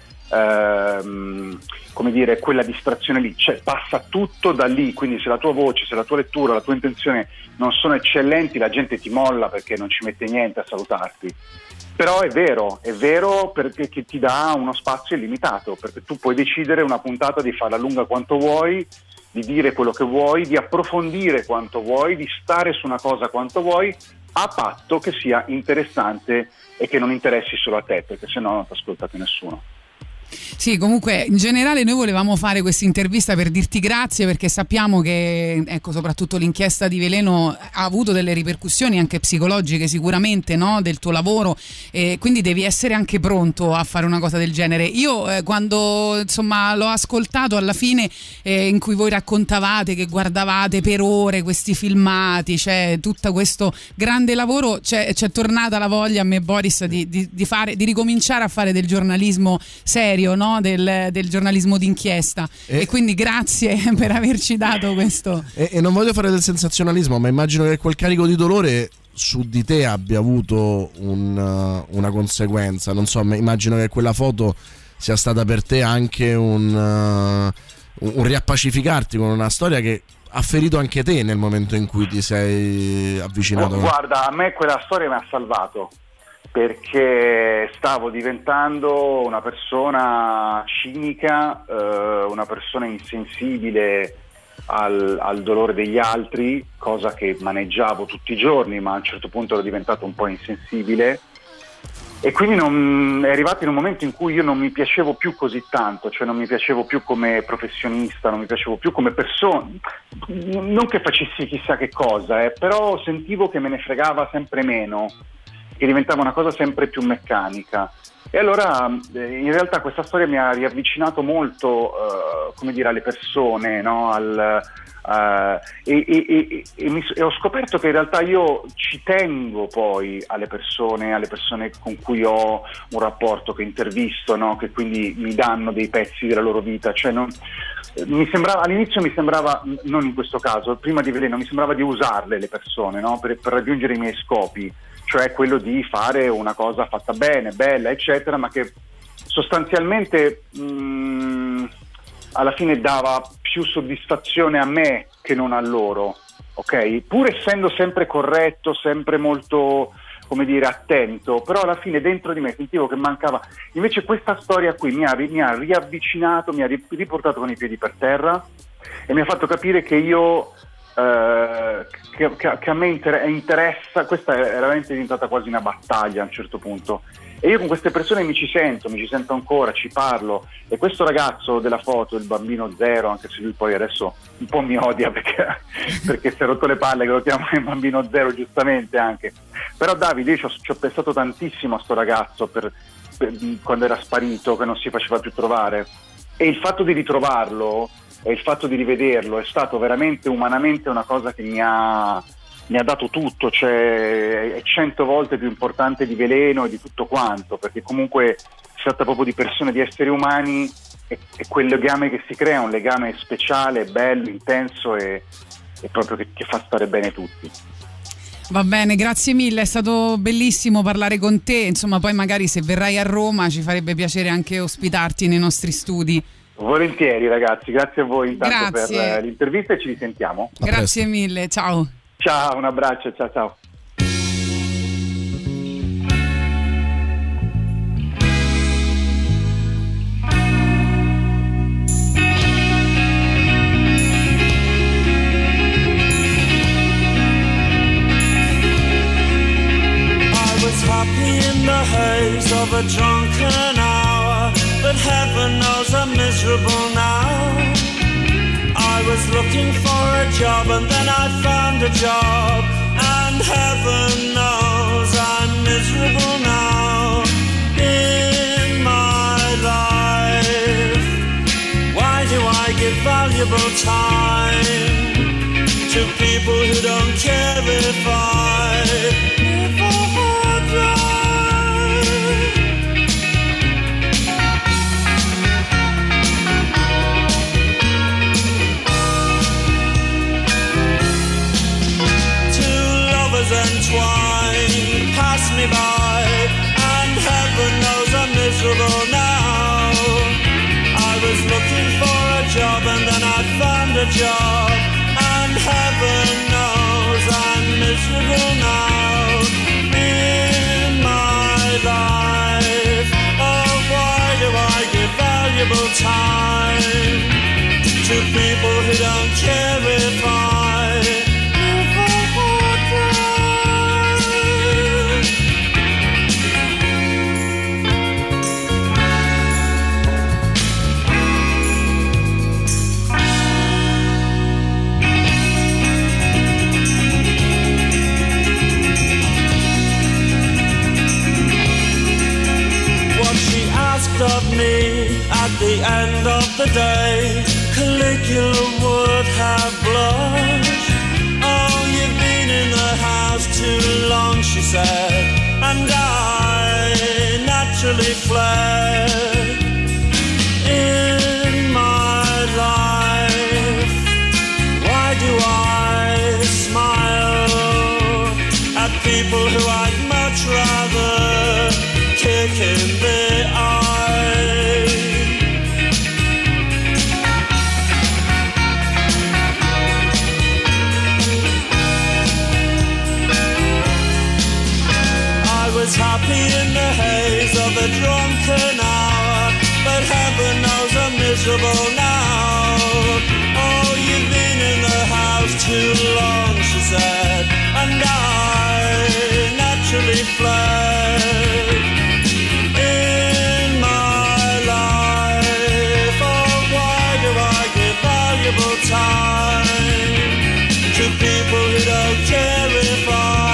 ehm, come dire quella distrazione lì, cioè passa tutto da lì, quindi se la tua voce, se la tua lettura, la tua intenzione non sono eccellenti, la gente ti molla perché non ci mette niente a salutarti. Però è vero, è vero perché che ti dà uno spazio illimitato, perché tu puoi decidere una puntata di farla lunga quanto vuoi, di dire quello che vuoi, di approfondire quanto vuoi, di stare su una cosa quanto vuoi, a patto che sia interessante e che non interessi solo a te, perché sennò non ti ascolta più nessuno. Sì, comunque in generale noi volevamo fare questa intervista per dirti grazie, perché sappiamo che, ecco, soprattutto l'inchiesta di Veleno ha avuto delle ripercussioni anche psicologiche sicuramente, no, del tuo lavoro, e quindi devi essere anche pronto a fare una cosa del genere. Io eh, quando insomma l'ho ascoltato alla fine, eh, in cui voi raccontavate che guardavate per ore questi filmati, c'è tutto questo grande lavoro, c'è, c'è tornata la voglia a me, Boris, di, di, di fare, di ricominciare a fare del giornalismo serio, no? del, del giornalismo d'inchiesta, e, e quindi grazie per averci dato questo. E, e non voglio fare del sensazionalismo, ma immagino che quel carico di dolore su di te abbia avuto un, uh, una conseguenza. Non so, immagino che quella foto sia stata per te anche un, uh, un riappacificarti con una storia che ha ferito anche te nel momento in cui ti sei avvicinato. Oh, guarda, a me quella storia mi ha salvato, perché stavo diventando una persona cinica, eh, una persona insensibile al, al dolore degli altri, cosa che maneggiavo tutti i giorni, ma a un certo punto ero diventato un po' insensibile e quindi non, è arrivato in un momento in cui io non mi piacevo più così tanto, cioè non mi piacevo più come professionista, non mi piacevo più come persona, non che facessi chissà che cosa, eh, però sentivo che me ne fregava sempre meno, che diventava una cosa sempre più meccanica. E allora eh, in realtà questa storia mi ha riavvicinato molto uh, come dire alle persone, no? Al, uh, e, e, e, e, mi, e ho scoperto che in realtà io ci tengo poi alle persone, alle persone con cui ho un rapporto, che intervisto, no? Che quindi mi danno dei pezzi della loro vita, cioè non, mi sembrava, all'inizio mi sembrava, non in questo caso, prima di Veleno, mi sembrava di usarle le persone, no? per, per raggiungere i miei scopi, cioè quello di fare una cosa fatta bene, bella, eccetera, ma che sostanzialmente mh, alla fine dava più soddisfazione a me che non a loro, ok? Pur essendo sempre corretto, sempre molto, come dire, attento, però alla fine dentro di me sentivo che mancava. Invece questa storia qui mi ha, mi ha riavvicinato, mi ha riportato con i piedi per terra e mi ha fatto capire che io Uh, che, che, che a me inter- interessa, questa è veramente diventata quasi una battaglia a un certo punto, e io con queste persone mi ci sento, mi ci sento ancora, ci parlo, e questo ragazzo della foto, il bambino zero, anche se lui poi adesso un po' mi odia perché, perché si è rotto le palle che lo chiamo il bambino zero, giustamente anche, però Davide, io ci ho, ci ho pensato tantissimo a sto ragazzo per, per, quando era sparito, che non si faceva più trovare, e il fatto di ritrovarlo e il fatto di rivederlo è stato veramente umanamente una cosa che mi ha, mi ha dato tutto, cioè è cento volte più importante di Veleno e di tutto quanto, perché comunque si tratta proprio di persone, di esseri umani, e, e quel legame che si crea è un legame speciale, bello, intenso e, e proprio che, che fa stare bene tutti. Va bene, grazie mille, è stato bellissimo parlare con te, insomma poi magari se verrai a Roma ci farebbe piacere anche ospitarti nei nostri studi. Volentieri ragazzi, grazie a voi intanto Grazie. per l'intervista e ci risentiamo. Grazie mille, ciao. Ciao, un abbraccio, ciao ciao. Happy in the haze of a drunken hour, but heaven knows I'm miserable now. I was looking for a job and then I found a job, and heaven knows I'm miserable now. In my life, why do I give valuable time to people who don't care if I if I entwined pass me by, and heaven knows I'm miserable now. I was looking for a job and then I found a job, and heaven knows I'm miserable now. In my life, oh why do I give valuable time to people who don't care if I of me at the end of the day, Caligula would have blushed. Oh, you've been in the house too long, she said, and I naturally fled. In my life, why do I smile at people who I'd much rather kick in the eye? Was happy in the haze of a drunken hour, but heaven knows I'm miserable now. Oh, you've been in the house too long, she said, and I naturally fled. In my life, oh, why do I give valuable time to people who don't care if I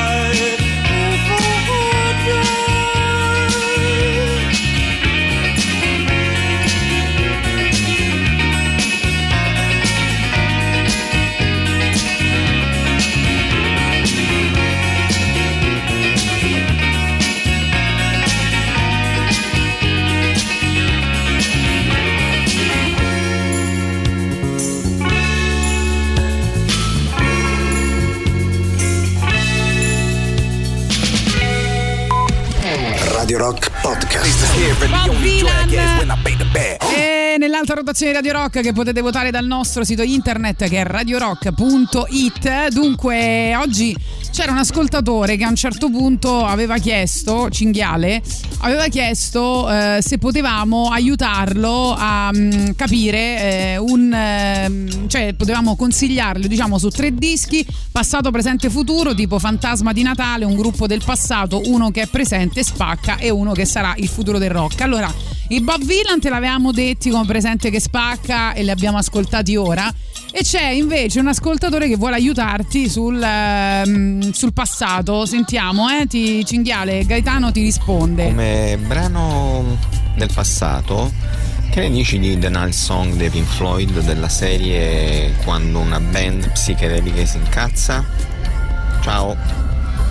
Radio Rock Podcast. Bob Dylan. E nell'alta rotazione di Radio Rock che potete votare dal nostro sito internet che è radio rock punto it. Dunque oggi c'era un ascoltatore che a un certo punto aveva chiesto, Cinghiale, aveva chiesto eh, se potevamo aiutarlo a mh, capire eh, un eh, cioè potevamo consigliarlo, diciamo, su tre dischi, passato, presente, futuro, tipo Fantasma di Natale, un gruppo del passato, uno che è presente, spacca, e uno che sarà il futuro del rock. Allora, i Bob Dylan te l'avevamo detti come presente che spacca e li abbiamo ascoltati ora, e c'è invece un ascoltatore che vuole aiutarti sul, um, sul passato. Sentiamo, eh, ti, Cinghiale, Gaetano ti risponde. Come brano del passato, che ne dici di The Night Song dei Pink Floyd, della serie Quando una band psichedelica si incazza? Ciao.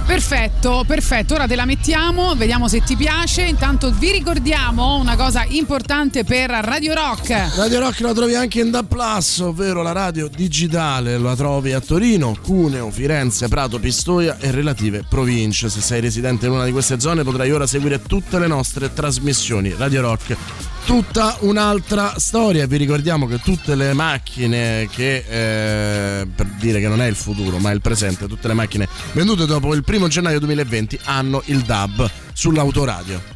Perfetto, perfetto, ora te la mettiamo, vediamo se ti piace. Intanto vi ricordiamo una cosa importante per Radio Rock. Radio Rock la trovi anche in D A B plus, ovvero la radio digitale. La trovi a Torino, Cuneo, Firenze, Prato, Pistoia e relative province. Se sei residente in una di queste zone potrai ora seguire tutte le nostre trasmissioni. Radio Rock, tutta un'altra storia. Vi ricordiamo che tutte le macchine che eh, per dire che non è il futuro ma è il presente, tutte le macchine vendute dopo il primo gennaio duemilaventi hanno il D A B sull'autoradio.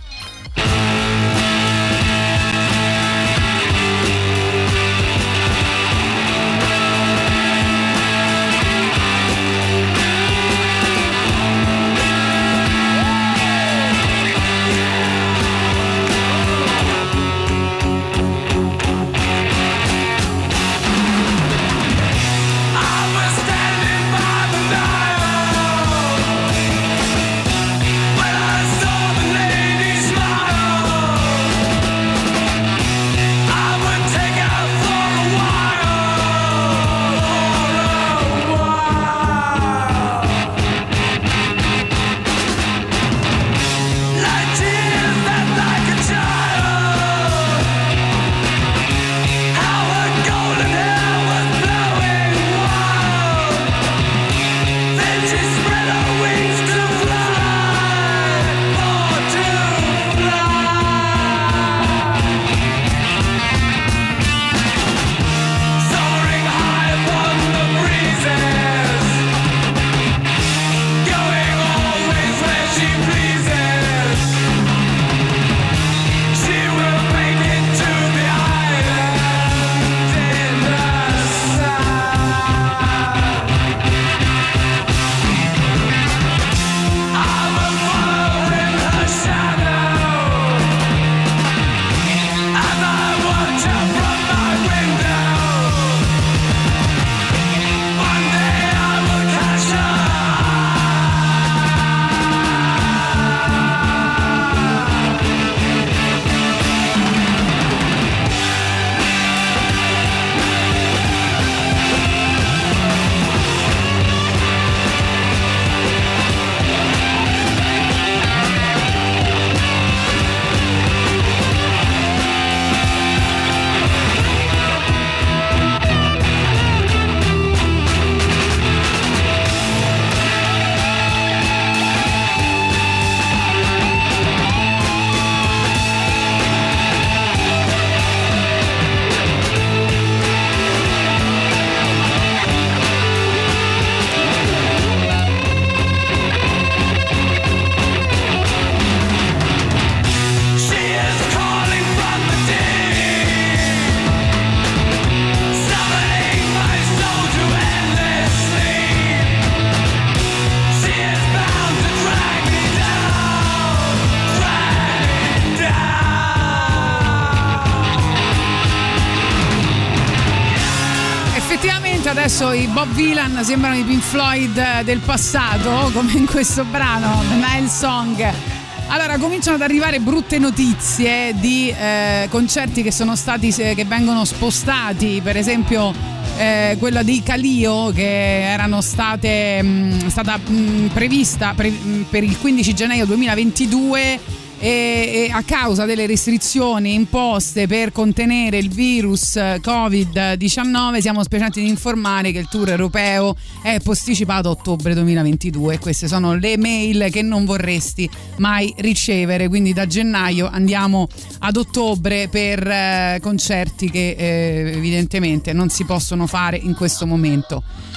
Adesso i Bob Dylan sembrano i Pink Floyd del passato, come in questo brano, The Nile Song. Allora, cominciano ad arrivare brutte notizie di eh, concerti che sono stati, che vengono spostati, per esempio eh, quella di Calio, che erano state mh, stata mh, prevista pre, mh, per il quindici gennaio duemilaventidue. E, e a causa delle restrizioni imposte per contenere il virus covid diciannove siamo spiacenti di informare che il tour europeo è posticipato a ottobre duemilaventidue. Queste sono le mail che non vorresti mai ricevere, quindi da gennaio andiamo ad ottobre per eh, concerti che eh, evidentemente non si possono fare in questo momento.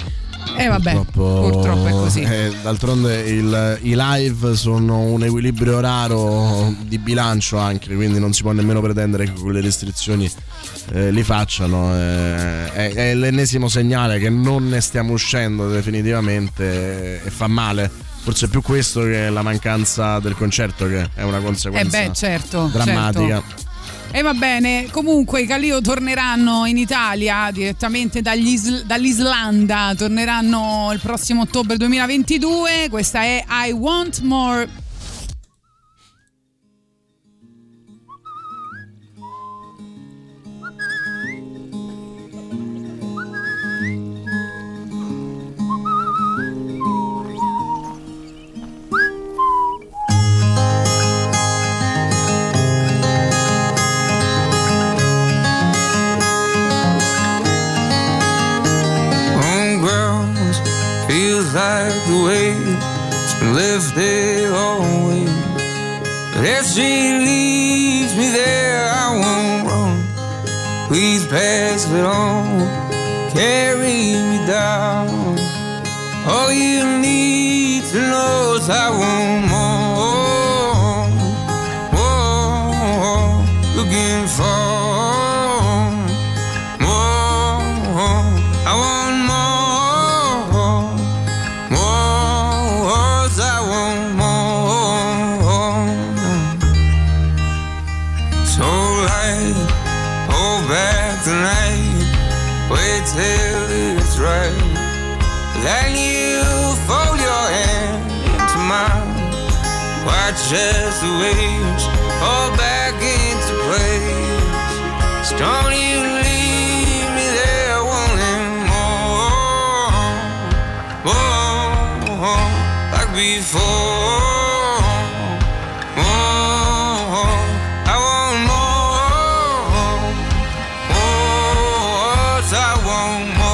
E eh vabbè, purtroppo, purtroppo è così. Eh, d'altronde il, i live sono un equilibrio raro di bilancio anche, quindi non si può nemmeno pretendere che con le restrizioni eh, li facciano. Eh, è, è l'ennesimo segnale che non ne stiamo uscendo definitivamente e fa male. Forse è più questo che la mancanza del concerto, che è una conseguenza eh beh, certo, drammatica. Certo. E va bene, comunque i Calio torneranno in Italia direttamente dagli Isl- dall'Islanda, torneranno il prossimo ottobre duemilaventidue. Questa è I Want More. the weight has been lifted always. But if she leaves me there, I won't run. Please pass it on, carry me down. All you need to know is I want more, more, looking for more. I want more, more, I want more. So light, hold back tonight, wait till it's right. Then you fold your hand into mine. Watch as the waves fall back into place. So don't you leave me there wanting more, more, like before. More, I want more, more, I want more.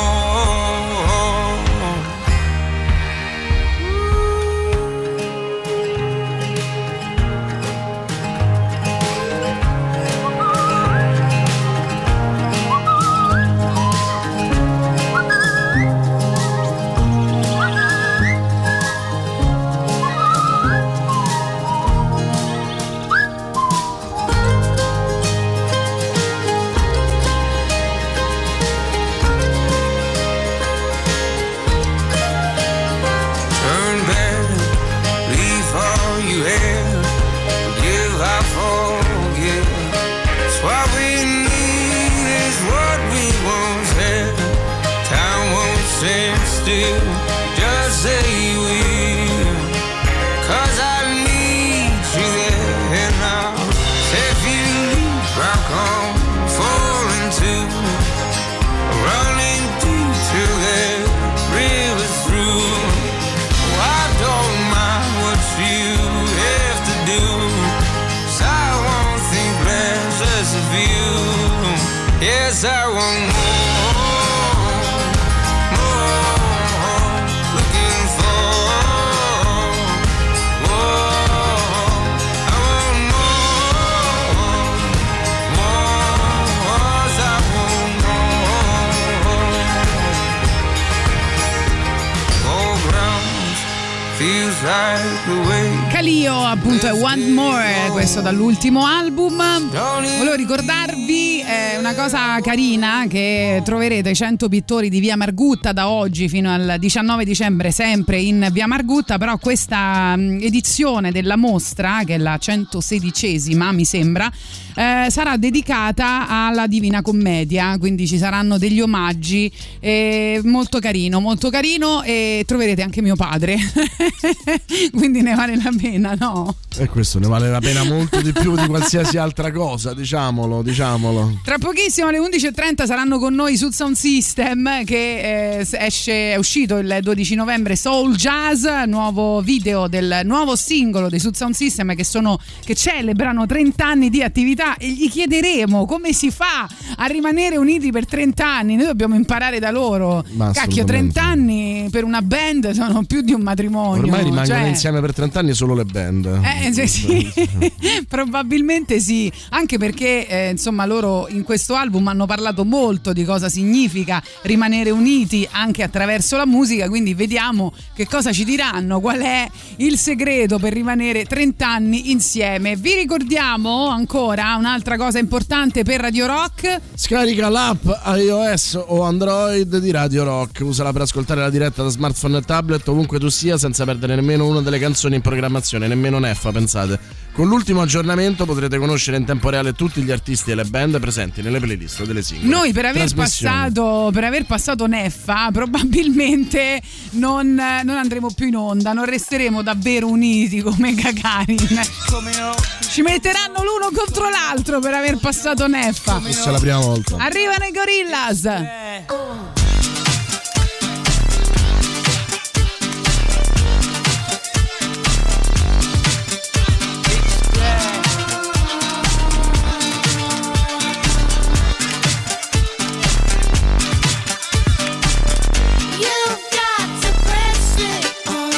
Just say you will, 'cause I need you there now. If you leave, I'll come falling too, running deep till that river's through. Oh, I don't mind what you have to do, 'cause I won't think less of you. Yes, I want more. Calio, appunto, è Want More, questo dall'ultimo album. Volevo ricordarvi eh, una cosa carina, che troverete cento pittori di Via Margutta da oggi fino al diciannove dicembre, sempre in Via Margutta. Però questa mh, edizione della mostra, che è la centosedicesima mi sembra, eh, sarà dedicata alla Divina Commedia, quindi ci saranno degli omaggi, eh, molto carino, molto carino, e troverete anche mio padre. Quindi ne vale la pena, no? E questo ne vale la pena molto di più di qualsiasi altra cosa, diciamolo, diciamolo. Tra pochissimo alle undici e trenta saranno con noi Sud Sound System, che eh, esce, è uscito il dodici novembre, Soul Jazz, nuovo video del nuovo singolo dei Sud Sound System, che sono che celebrano trenta anni di attività, e gli chiederemo come si fa a rimanere uniti per trenta anni. Noi dobbiamo imparare da loro. Cacchio, trenta anni per una band sono più di un matrimonio. Ormai rimangono cioè... insieme per trenta anni solo le band. Eh, cioè, sì. Probabilmente sì, anche perché eh, insomma loro in questo album hanno parlato molto di cosa significa rimanere uniti anche attraverso la musica, quindi vediamo che cosa ci diranno, qual è il segreto per rimanere trenta anni insieme. Vi ricordiamo ancora un'altra cosa importante per Radio Rock: scarica l'app iOS o Android di Radio Rock, usala per ascoltare la diretta da smartphone e tablet ovunque tu sia, senza perdere nemmeno una delle canzoni in programmazione, nemmeno Neffa, pensate. Con l'ultimo aggiornamento potrete conoscere in tempo reale tutti gli artisti e le band presenti nelle playlist delle singole. Noi per aver passato per aver passato Neffa probabilmente non, non andremo più in onda, non resteremo davvero uniti come Gagarin. Come no? Ci metteranno l'uno contro l'altro per aver passato Neffa. Questa è la prima volta. Arrivano i Gorillaz. Eh. You've got to press it on.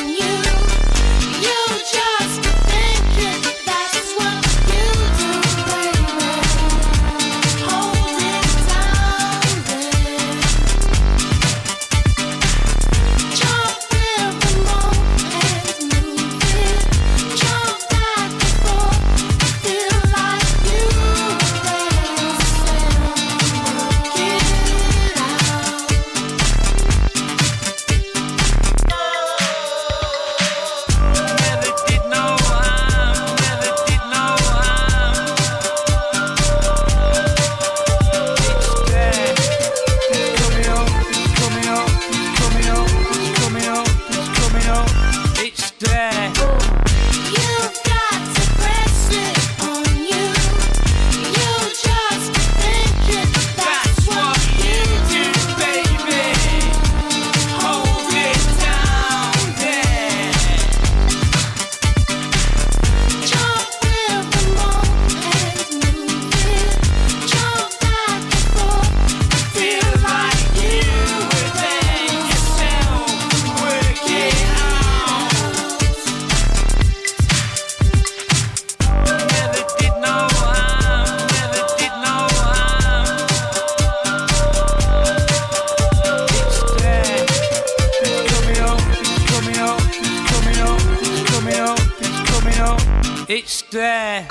It's there.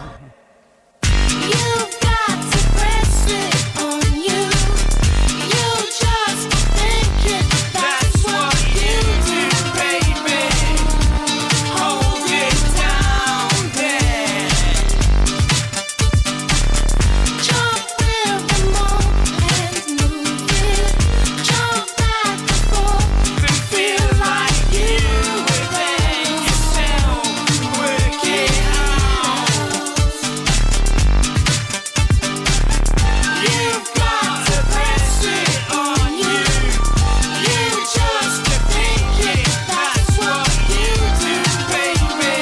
You've got to press it on you. You just think it, that's what you do, baby. Hold it down there. Jump with the moment, move it. Jump back and forth and feel like you within yourself. Work it out. You've got to press it on you. You just think it, that's what you do, baby.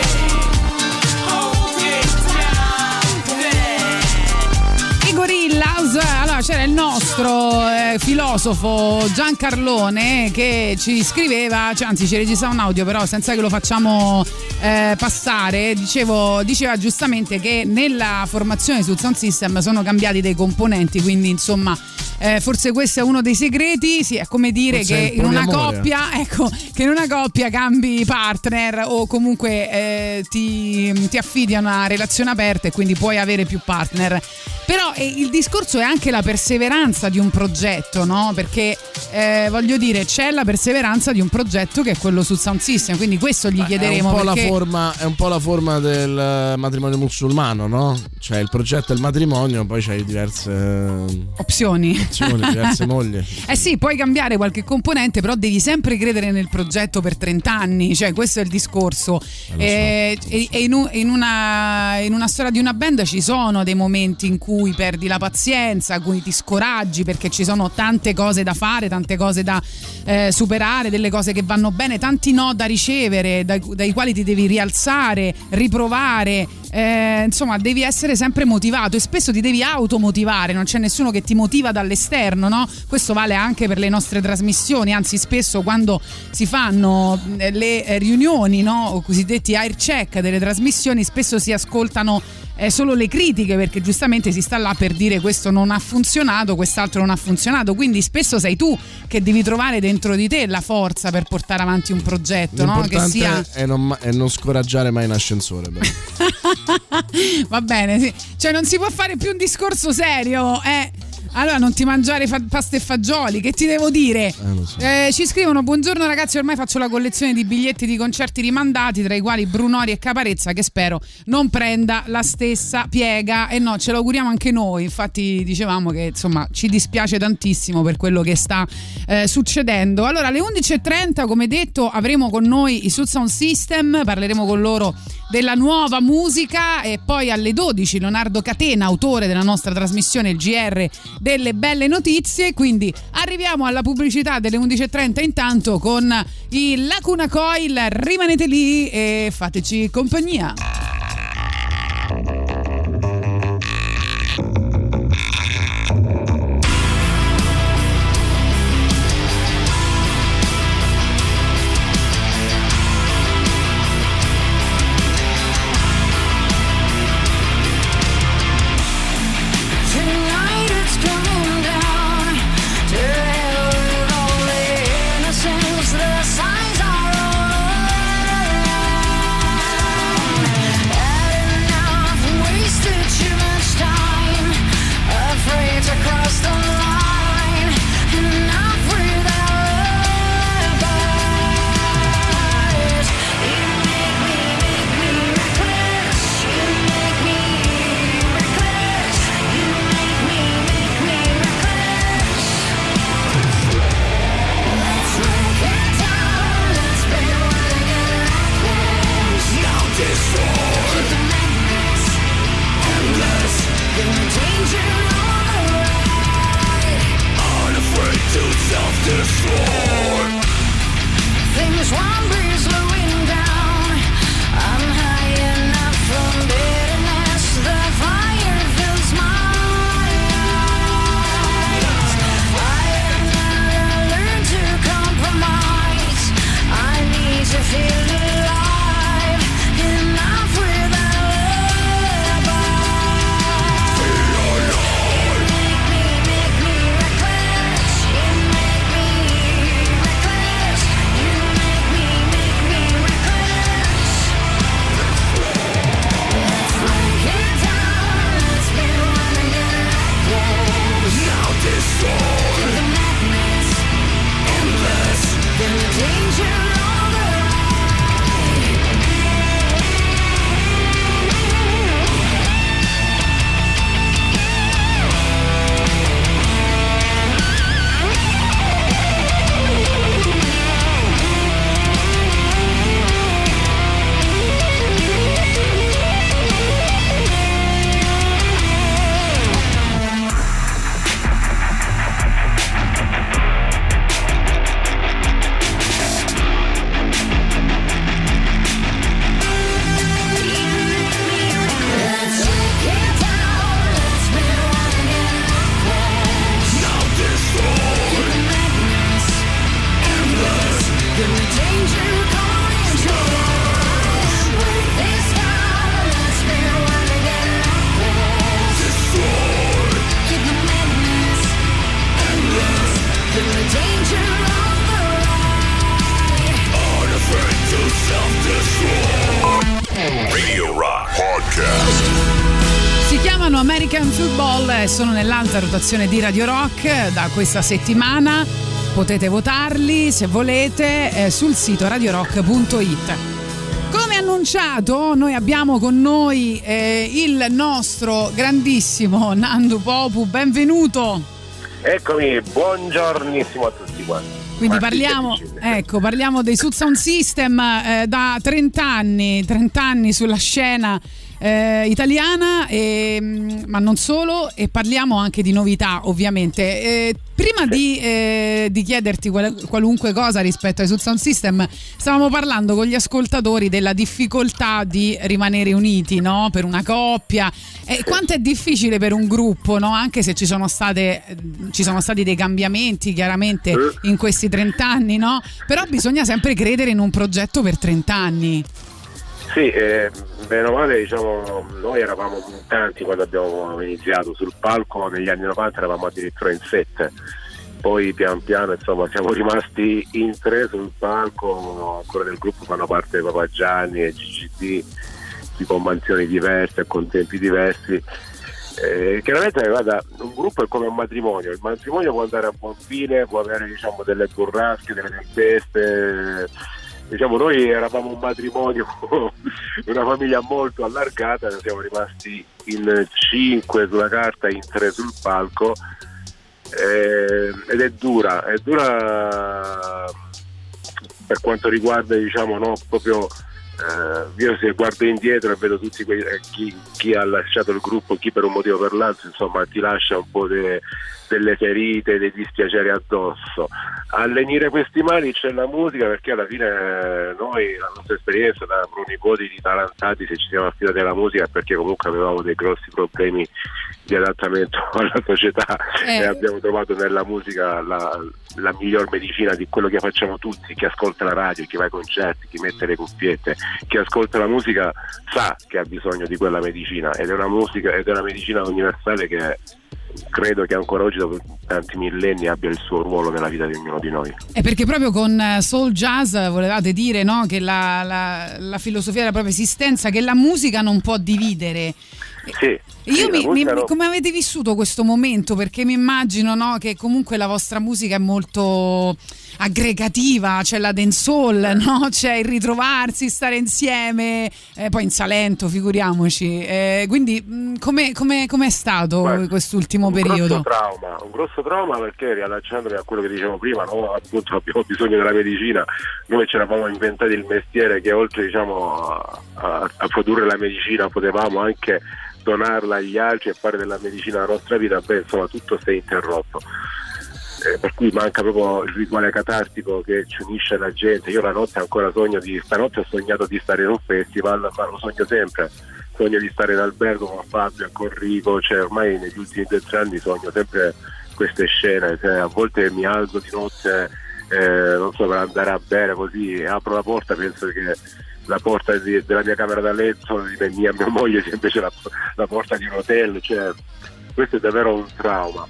Hold it down there. I Gorillaz, allora c'era il nostro eh, filosofo Giancarlone che ci scriveva, cioè, anzi ci registrava un audio però senza che lo facciamo eh, passare, dicevo, diceva giustamente che nella formazione sul Sound System sono cambiati dei componenti, quindi insomma eh, forse questo è uno dei segreti, sì, è come dire Forse che è il in una poliamore. coppia, ecco, che in una coppia cambi partner o comunque eh, ti, ti affidi a una relazione aperta e quindi puoi avere più partner. Però eh, il discorso è anche la perseveranza di un progetto, no? Perché eh, voglio dire, c'è la perseveranza di un progetto che è quello sul Sound System, quindi questo gli chiederemo. È un po' perché... la forma, è un po' la forma del matrimonio musulmano, no? Cioè il progetto è il matrimonio, poi c'hai diverse opzioni, opzioni diverse mogli. Eh sì, puoi cambiare qualche componente, però devi sempre credere nel progetto per trenta anni, cioè questo è il discorso. Eh, e e in, un- in una, in una storia di una band ci sono dei momenti in cui perdi la pazienza, in cui ti scoraggi perché ci sono tante cose da fare, tante cose da eh, superare, delle cose che vanno bene, tanti no da ricevere, dai, dai quali ti devi rialzare, riprovare. Eh, insomma, devi essere sempre motivato e spesso ti devi automotivare, non c'è nessuno che ti motiva dall'esterno, no? Questo vale anche per le nostre trasmissioni, anzi spesso quando si fanno le riunioni, no, o cosiddetti air check delle trasmissioni, spesso si ascoltano eh, solo le critiche, perché giustamente si sta là per dire questo non ha funzionato, quest'altro non ha funzionato, quindi spesso sei tu che devi trovare dentro di te la forza per portare avanti un progetto, no? Che L'importante sia... è, non, è non scoraggiare mai in ascensore. Beh. Va bene, sì. Cioè non si può fare più un discorso serio, eh. Allora non ti mangiare fa- pasta e fagioli, che ti devo dire? Eh, lo so. Eh, ci scrivono: buongiorno ragazzi, ormai faccio la collezione di biglietti di concerti rimandati, tra i quali Brunori e Caparezza, che spero non prenda la stessa piega. E no, ce lo auguriamo anche noi. Infatti dicevamo che insomma ci dispiace tantissimo per quello che sta eh, succedendo. Allora alle undici e trenta, come detto, avremo con noi i Sud Sound System, parleremo con loro della nuova musica, e poi alle dodici Leonardo Catena, autore della nostra trasmissione il G R delle belle notizie. Quindi arriviamo alla pubblicità delle undici e trenta intanto con il Lacuna Coil. Rimanete lì e fateci compagnia. The signs are all around. American Football sono nell'alta rotazione di Radio Rock da questa settimana. Potete votarli se volete eh, sul sito radio rock punto it. Come annunciato, noi abbiamo con noi eh, il nostro grandissimo Nandu Popu. Benvenuto. Eccomi, buongiornissimo a tutti quanti. Quindi parliamo, ecco, parliamo dei Sud Sound System eh, da trenta anni, trenta anni sulla scena eh, italiana, e, ma non solo, e parliamo anche di novità, ovviamente. Eh, prima di, eh, di chiederti qual- qualunque cosa rispetto ai Sud Sound System, stavamo parlando con gli ascoltatori della difficoltà di rimanere uniti, no? Per una coppia. E quanto è difficile per un gruppo, no? Anche se ci sono state ci sono stati dei cambiamenti chiaramente in questi trenta anni, no? Però bisogna sempre credere in un progetto per trenta anni. Sì, eh, bene o male, diciamo, noi eravamo in tanti quando abbiamo iniziato sul palco, negli anni novanta eravamo addirittura in sette, poi pian piano insomma siamo rimasti in tre sul palco, ancora del gruppo fanno parte Papa Gianni e G G D, con mansioni diverse e con tempi diversi. Eh, chiaramente guarda, un gruppo è come un matrimonio, il matrimonio può andare a buon fine, può avere diciamo delle burrasche, delle tempeste. Diciamo noi eravamo un matrimonio, una famiglia molto allargata, siamo rimasti in cinque sulla carta, in tre sul palco, eh, ed è dura, è dura per quanto riguarda diciamo no proprio. Uh, io se guardo indietro e vedo tutti quei, eh, chi, chi ha lasciato il gruppo, chi per un motivo o per l'altro, insomma ti lascia un po' de, delle ferite, dei dispiaceri addosso. A lenire questi mali c'è la musica, perché alla fine eh, noi, la nostra esperienza da pronipoti di talentati, se ci siamo affidati alla musica è perché comunque avevamo dei grossi problemi di adattamento alla società eh. e abbiamo trovato nella musica la, la miglior medicina di quello che facciamo tutti. Chi ascolta la radio, chi va ai concerti, chi mette le cuffiette, chi ascolta la musica sa che ha bisogno di quella medicina, ed è una musica ed è una medicina universale che credo che ancora oggi dopo tanti millenni abbia il suo ruolo nella vita di ognuno di noi. È perché proprio con Soul Jazz volevate dire, no, che la, la, la filosofia della propria esistenza, che la musica non può dividere. Sì, Io sì, mi, mi, no. come avete vissuto questo momento? Perché mi immagino, no, che comunque la vostra musica è molto aggregativa, c'è la dancehall, no? C'è il ritrovarsi, stare insieme, eh, poi in Salento figuriamoci, eh, quindi mh, come è stato Beh, quest'ultimo un periodo? Un grosso trauma, un grosso trauma perché riallacciandomi a quello che dicevo prima, no? Appunto abbiamo bisogno della medicina, noi ci eravamo inventati il mestiere che oltre diciamo a, a, a produrre la medicina potevamo anche donarla agli altri e fare della medicina la nostra vita. Beh, insomma tutto si è interrotto, eh, per cui manca proprio il rituale catartico che ci unisce la gente. Io la notte ancora sogno di stanotte ho sognato di stare in un festival, ma lo sogno sempre, sogno di stare in albergo con Fabio e con Rico, cioè ormai negli ultimi due tre anni sogno sempre queste scene, cioè, a volte mi alzo di notte eh, non so, per andare a bere, così apro la porta, penso che la porta di, della mia camera da letto di mia, mia moglie sia invece la, la porta di un hotel, cioè questo è davvero un trauma.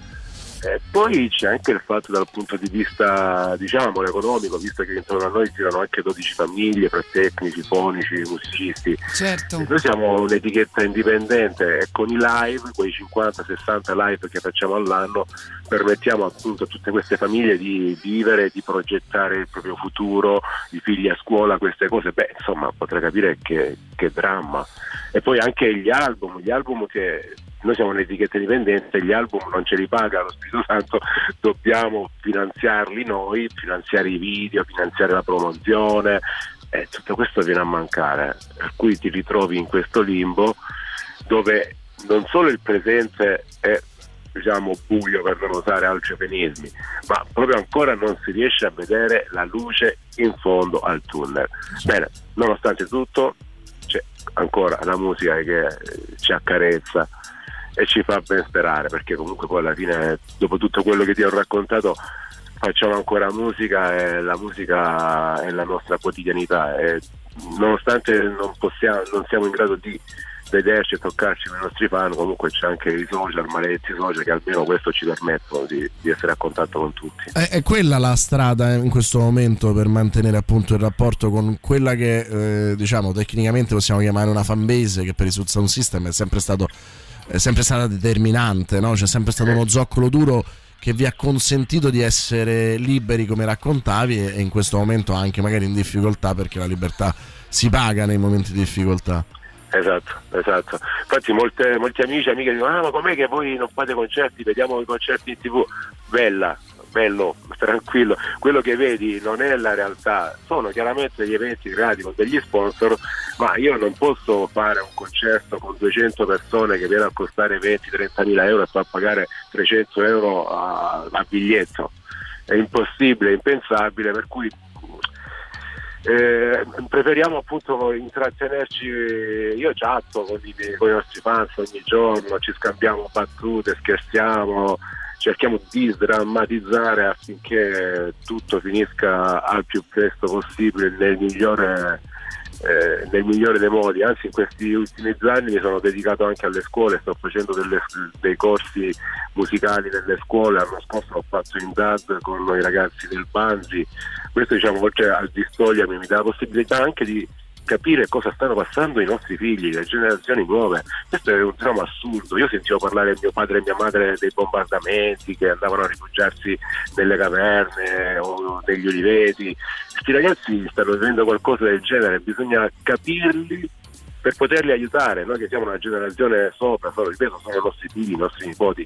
E poi c'è anche il fatto dal punto di vista diciamo economico, visto che intorno a noi girano anche dodici famiglie tra tecnici, fonici, musicisti. Certo. Noi siamo un'etichetta indipendente e con i live, quei cinquanta sessanta live che facciamo all'anno, permettiamo appunto a tutte queste famiglie di vivere, di progettare il proprio futuro, i figli a scuola, queste cose. Beh, insomma, potrei capire che, che dramma. E poi anche gli album, gli album che noi siamo un'etichetta indipendente, gli album non ce li paga lo Spirito Santo, dobbiamo finanziarli noi, finanziare i video, finanziare la promozione, e tutto questo viene a mancare, per cui ti ritrovi in questo limbo dove non solo il presente è diciamo buio, per non usare altri eufemismi, ma proprio ancora non si riesce a vedere la luce in fondo al tunnel. Bene, nonostante tutto c'è ancora la musica che ci accarezza e ci fa ben sperare, perché comunque poi alla fine, dopo tutto quello che ti ho raccontato, facciamo ancora musica e la musica è la nostra quotidianità, e nonostante non possiamo, non siamo in grado di vederci e toccarci con i nostri fan, comunque c'è anche i social, maledetti social, che almeno questo ci permettono di, di essere a contatto con tutti. È, è quella la strada in questo momento per mantenere appunto il rapporto con quella che eh, diciamo tecnicamente possiamo chiamare una fanbase, che per i Sud Sound System è sempre stato è sempre stata determinante, no? C'è sempre stato uno zoccolo duro che vi ha consentito di essere liberi, come raccontavi, e in questo momento anche magari in difficoltà, perché la libertà si paga nei momenti di difficoltà. Esatto, esatto. Infatti molte, molti amici e amiche dicono: ah, ma com'è che voi non fate concerti? Vediamo i concerti in tv. Bella, bello, tranquillo. Quello che vedi non è la realtà, sono chiaramente degli eventi creati con degli sponsor, ma io non posso fare un concerto con duecento persone che viene a costare venti trenta mila euro e far pagare trecento euro a, a biglietto. È impossibile, è impensabile, per cui Eh, preferiamo appunto intrattenerci. Io chatto con i, con i nostri fans ogni giorno, ci scambiamo battute, scherziamo, cerchiamo di sdrammatizzare affinché tutto finisca al più presto possibile nel migliore eh, nel migliore dei modi. Anzi, in questi ultimi due anni mi sono dedicato anche alle scuole, sto facendo delle, dei corsi musicali nelle scuole. L'anno scorso l'ho fatto in D A D con i ragazzi del Banzi. Questo, diciamo, oltre al distogliermi, mi dà la possibilità anche di capire cosa stanno passando i nostri figli, le generazioni nuove. Questo è un dramma assurdo. Io sentivo parlare mio padre e mia madre dei bombardamenti, che andavano a rifugiarsi nelle caverne o negli uliveti. Questi ragazzi stanno vivendo qualcosa del genere, bisogna capirli per poterli aiutare. Noi che siamo una generazione sopra, solo, ripeto, sono i nostri figli, i nostri nipoti.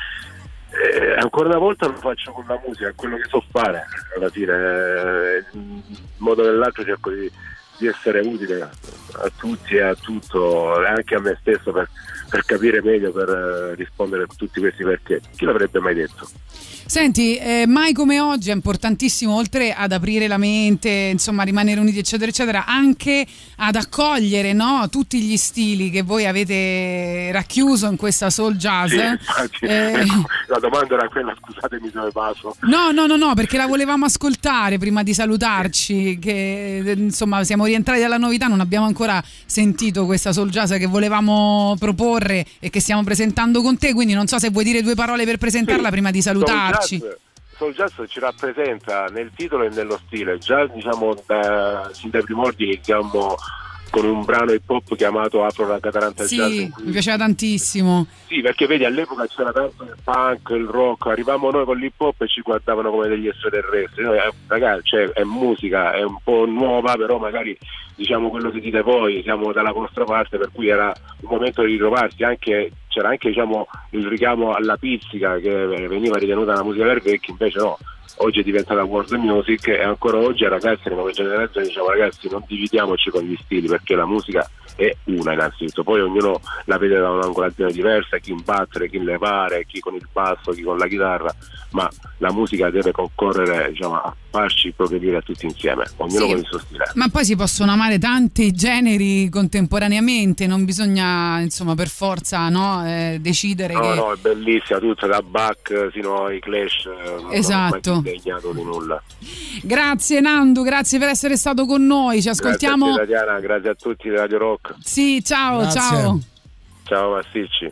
Eh, ancora una volta lo faccio con la musica, è quello che so fare alla fine, eh, in modo o nell'altro cerco di, di essere utile a tutti e a tutto, e anche a me stesso, per, per capire meglio, per eh, rispondere a tutti questi perché. Chi l'avrebbe mai detto? Senti, eh, mai come oggi è importantissimo, oltre ad aprire la mente, insomma, rimanere uniti eccetera eccetera, anche ad accogliere, no, tutti gli stili che voi avete racchiuso in questa soul jazz. Sì, infatti, eh... ecco, la domanda era quella, scusatemi se ne passo. No, no, no, no, perché la volevamo ascoltare prima di salutarci, che insomma siamo rientrati dalla novità, non abbiamo ancora sentito questa soul jazz che volevamo proporre e che stiamo presentando con te, quindi non so se vuoi dire due parole per presentarla, sì, prima di salutarci. Soul jazz ci rappresenta nel titolo e nello stile. Già, diciamo, da, sin dai primordi iniziamo con un brano hip hop chiamato Apro la Cataranta sì, Jazz. Sì, mi piaceva tantissimo. Sì, perché vedi, all'epoca c'era tanto il punk, il rock, arrivavamo noi con l'hip hop e ci guardavano come degli extraterrestri. Noi, eh, ragazzi, cioè, è musica, è un po' nuova, però magari, diciamo, quello che dite voi, siamo dalla vostra parte, per cui era un momento di ritrovarsi. Anche c'era anche, diciamo, il richiamo alla pizzica, che veniva ritenuta una musica per vecchi, invece no, oggi è diventata world music, e ancora oggi ai ragazzi, le nuove generazioni, diciamo: ragazzi, non dividiamoci con gli stili, perché la musica è una innanzitutto, poi ognuno la vede da un'angolazione diversa, chi in battere, chi in levare, chi con il basso, chi con la chitarra, ma la musica deve concorrere, diciamo, a farci progredire tutti insieme, ognuno sì, con il suo stile. Ma poi si possono amare tanti generi contemporaneamente, non bisogna, insomma, per forza, no, eh, decidere no, che... No, è bellissima, tutta da Bach sino ai Clash, non esatto, ho mai disegnato di nulla. Grazie Nandu, grazie per essere stato con noi, ci ascoltiamo. Grazie a te, Tatiana, grazie a tutti di Radio Rock. Sì, ciao, grazie. ciao. Ciao Massicci.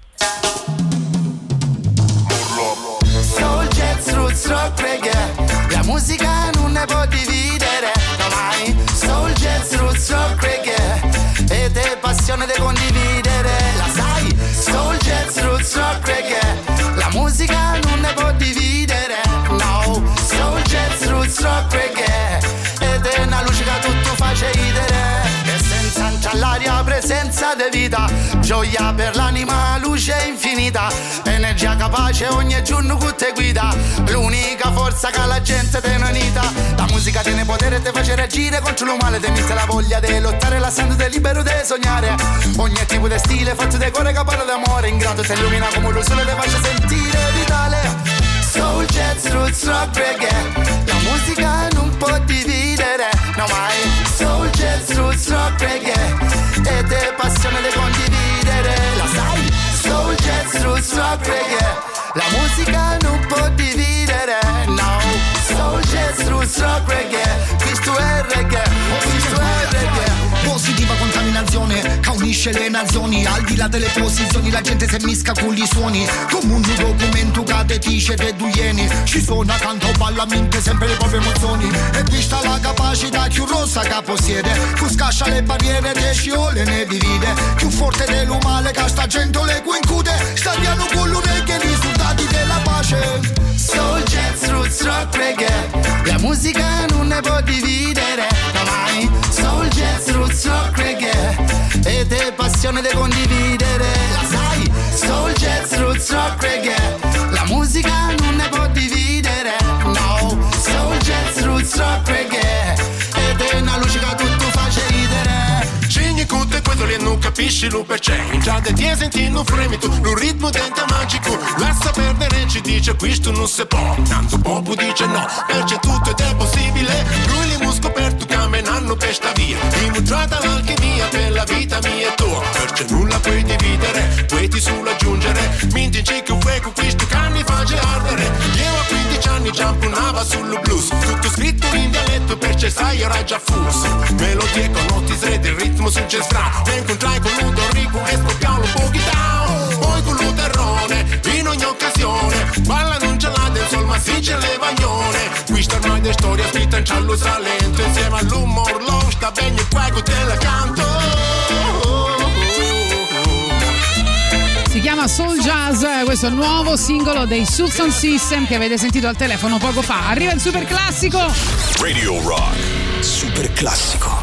Soul, jazz, roots, rock, reggae, la musica non ne può dividere, no mai. Soul, jazz, roots, rock, reggae, ed è passione da condividere, la sai. Soul, jazz, roots, rock, reggae, la musica non ne può dividere, no. Soul, jazz, roots, rock, reggae, ed è una luce che tutto face ridere. Essenza all'aria, presenza di vita, gioia per l'anima, luce infinita, energia capace ogni giorno che te guida, l'unica forza che la gente te ne unita. La musica tiene potere e te face reagire contro lo male, te mette la voglia di lottare, la sente te libero di sognare. Ogni tipo di stile fatto di cuore che parla d'amore, in grado te illumina come lo sole, te face sentire vitale. Soul, jazz, roots, rock, reggae, la musica non può dividere, no mai. Soul, jazz, roots, rock, reggae, ed è passione da condividere, la sai. Soul, jazz, roots, rock, reggae, la musica non può dividere, no. Soul, jazz, roots, rock, reggae, questo è reggae, questo è reggae. Positiva contaminazione che unisce capisce le nazioni, al di là delle posizioni la gente se misca con gli suoni, come un documento che te dice te due ieni, ci sono accanto ballamente sempre le proprie emozioni, e vista la capacità più rossa che possiede, tu scascia le barriere te sciole ne divide, più forte dell'umale che sta gente le incute, sta piano con l'orecchie i risultati della pace. Soul, jazz, roots, rock, reggae, la musica non ne può dividere, no mai. Soul, jazz, roots, rock, reggae, ed è passione da condividere, la sai. Soul, jazz, roots, rock, reggae, la musica non ne può dividere, no. Soul, jazz, roots, rock, reggae, ed è una luce che tutto face ridere. Cigni cutte questo lì non capisci l'un per cento. In già ti senti non fremi tu, l'un ritmo dente magico. Lascia perdere ci dice questo non si può. Tanto poco dice no, perché tutto ed è possibile. Lui li musco per tu camminano per sta via. Dimostrata l'alchimia per la vita mia e tua. Perché nulla puoi dividere, puoi ti solo aggiungere. Minti che un fuoco questo canni face ardere. Io a quindici anni già impunava sullo blues. Tutto scritto in dialetto perché sai era già fuso. Melodie con notti sredi, il ritmo sul jazz fra. Ne incontrai con Ludo Rico e scoppiamo un po' down. Poi con Luterrone, in ogni occasione. Balla non ce l'ha del sol ma si c'è le vagnone. Questa ormai è storia scritta in giallo salento. Insieme all'umor low sta bene il quago te la canto. Si chiama Soul Jazz, questo è il nuovo singolo dei Sound System che avete sentito al telefono poco fa. Arriva il super classico. Radio Rock. Super classico.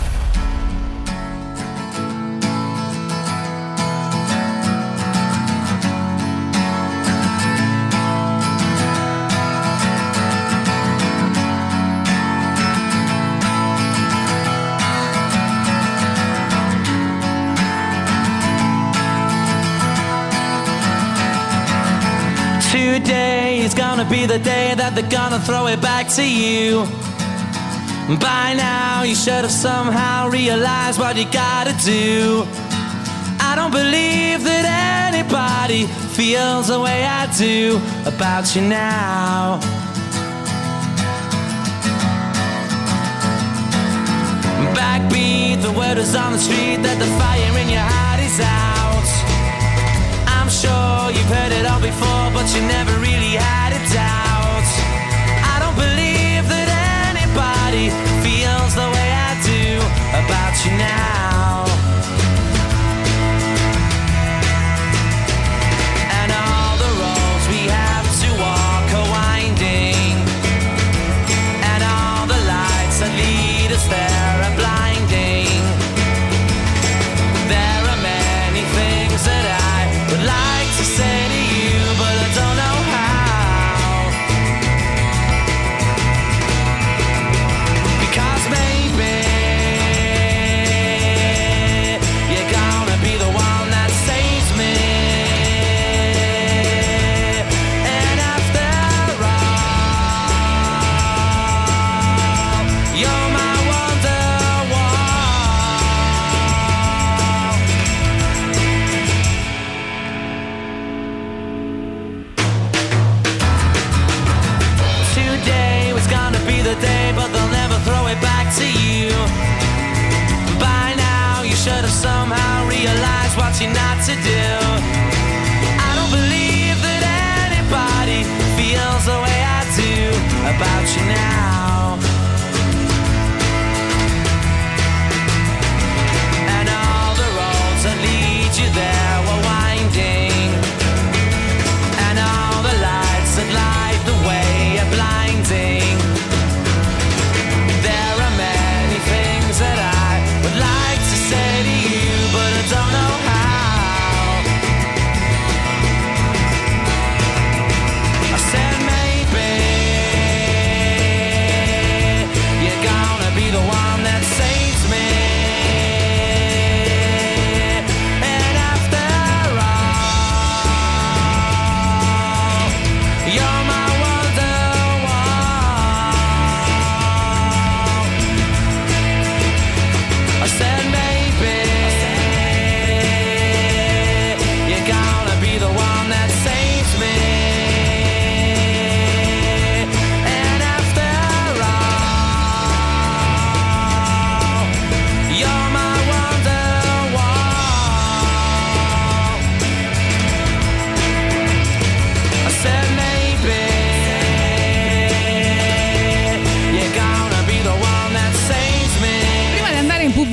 Today is gonna be the day that they're gonna throw it back to you. By now you should have somehow realized what you gotta do. I don't believe that anybody feels the way I do about you now. Backbeat, the word is on the street that the fire in your heart is out. I'm sure you've heard it all before, but you never really had a doubt. I don't believe that anybody feels the way I do about you now. And all the roads we have to walk are winding, and all the lights that lead us there are blinding. There are many things that I would like to say to you, but I don't know how. Because maybe you're gonna be the one that saves me. And after all, you're my wonderwall. Today was gonna be the day, but they'll never throw it back to you. By now you should have somehow realized what you're not to do. I don't believe that anybody feels the way I do about you now. And all the roads that lead you there were winding, and all the lights that light the way are blinding. There are many things that I would like to say to you, but I don't know how. I said maybe you're gonna be the one that saves me. And after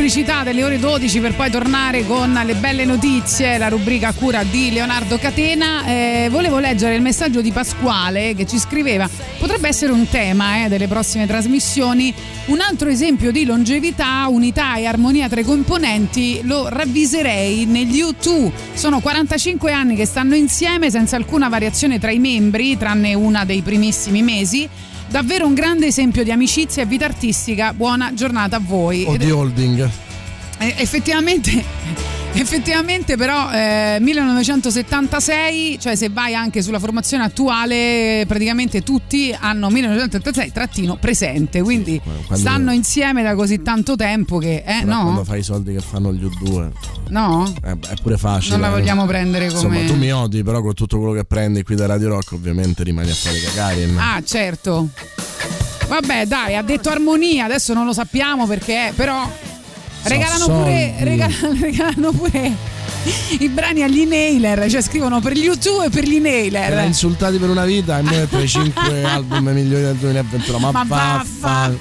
pubblicità delle ore dodici per poi tornare con le belle notizie, la rubrica a cura di Leonardo Catena. Eh, volevo leggere il messaggio di Pasquale che ci scriveva: potrebbe essere un tema eh, delle prossime trasmissioni, un altro esempio di longevità, unità e armonia tra i componenti lo ravviserei negli U due. Sono quarantacinque anni che stanno insieme senza alcuna variazione tra i membri, tranne una dei primissimi mesi. Davvero un grande esempio di amicizia e vita artistica. Buona giornata a voi. O di holding. Eh, effettivamente effettivamente però eh, millenovecentosettantasei, cioè se vai anche sulla formazione attuale praticamente tutti hanno millenovecentosettantasei trattino presente, quindi quando, stanno insieme da così tanto tempo che eh, no? Quando fai i soldi che fanno gli U due no? Eh, è pure facile. Non la vogliamo prendere come... Insomma, tu mi odi, però con tutto quello che prendi qui da Radio Rock ovviamente rimani a fare Gagarin. Ah, certo. Vabbè, dai, ha detto armonia, adesso non lo sappiamo perché è, però regalano pure, regalano, regalano pure i brani agli Nailer, cioè scrivono per gli U due e per gli Nailer. Era insultati per una vita e noi per i cinque album migliori del duemilaventuno. Ma, Ma vaffa.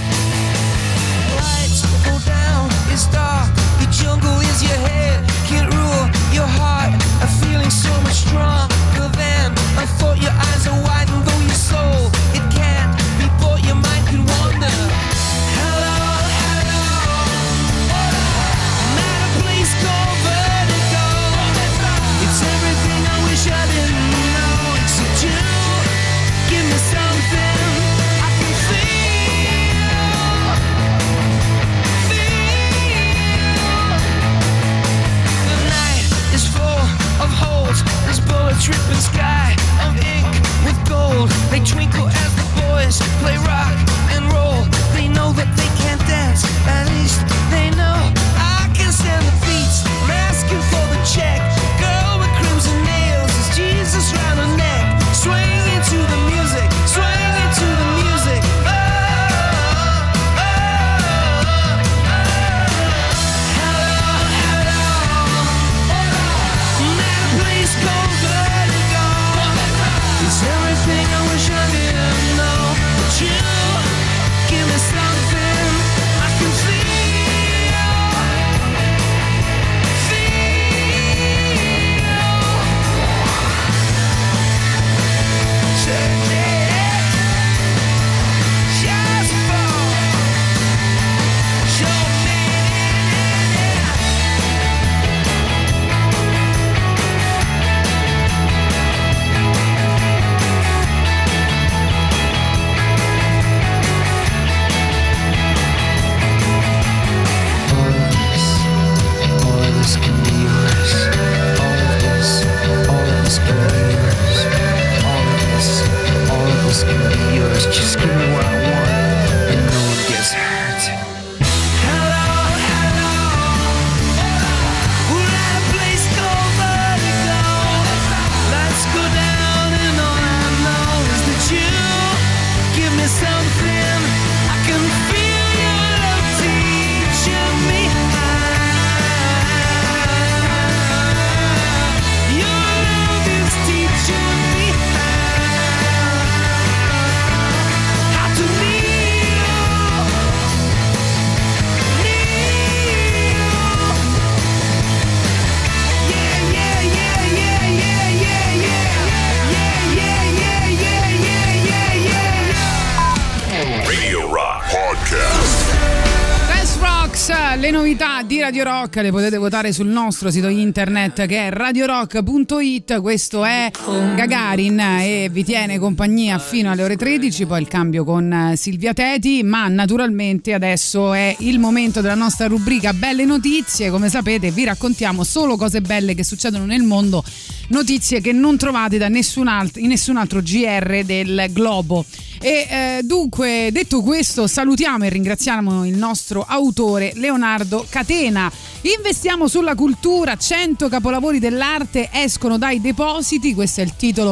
Lights go down, it's dark, the jungle is your head, can't rule your heart, a feeling so much stronger than I thought. Your eyes are wide and though your soul, it can't be bought, your mind can wander. Hello, hello, I'm at a place called Vertigo. It's everything I wish I didn't know, except you give me something I can feel. The night is full of holes, this bullet dripping sky of ink with gold. They twinkle as the boys play rock and roll. They know that they can't dance, at least they know I can stand the beats. I'm asking for the check. Girl with crimson nails, is Jesus round her neck? Swing into the music, swing into the music. Oh, oh, oh, oh. Hello, hello, I'm at a place called Vertigo. It's everything I wish I didn't know, but you give me something I can feel. All of this can be yours. All of this, all of this can be yours. All of this, all of this can be yours. Just give me what I want, and no one gets hurt. Hello, hello, we're at a place called Vertigo. Let's go down, and all I know is that you give me something I can feel. Your love teaching me how. Your love is teaching me how to kneel, kneel. Yeah, yeah, yeah, yeah, yeah, yeah, yeah, yeah, yeah, yeah, yeah, yeah, yeah. Radio Rock Podcast. Dance Rocks, le novità di Radio Rock le potete votare sul nostro sito internet che è radio rock punto it. Questo è Gagarin e vi tiene compagnia fino alle ore tredici, poi il cambio con Silvia Teti, ma naturalmente adesso è il momento della nostra rubrica Belle Notizie. Come sapete vi raccontiamo solo cose belle che succedono nel mondo, notizie che non trovate da nessun altro, in nessun altro G R del globo. E eh, dunque, detto questo, salutiamo e ringraziamo il nostro autore Leonardo Catena. Investiamo sulla cultura, cento capolavori dell'arte escono dai depositi, questo è il titolo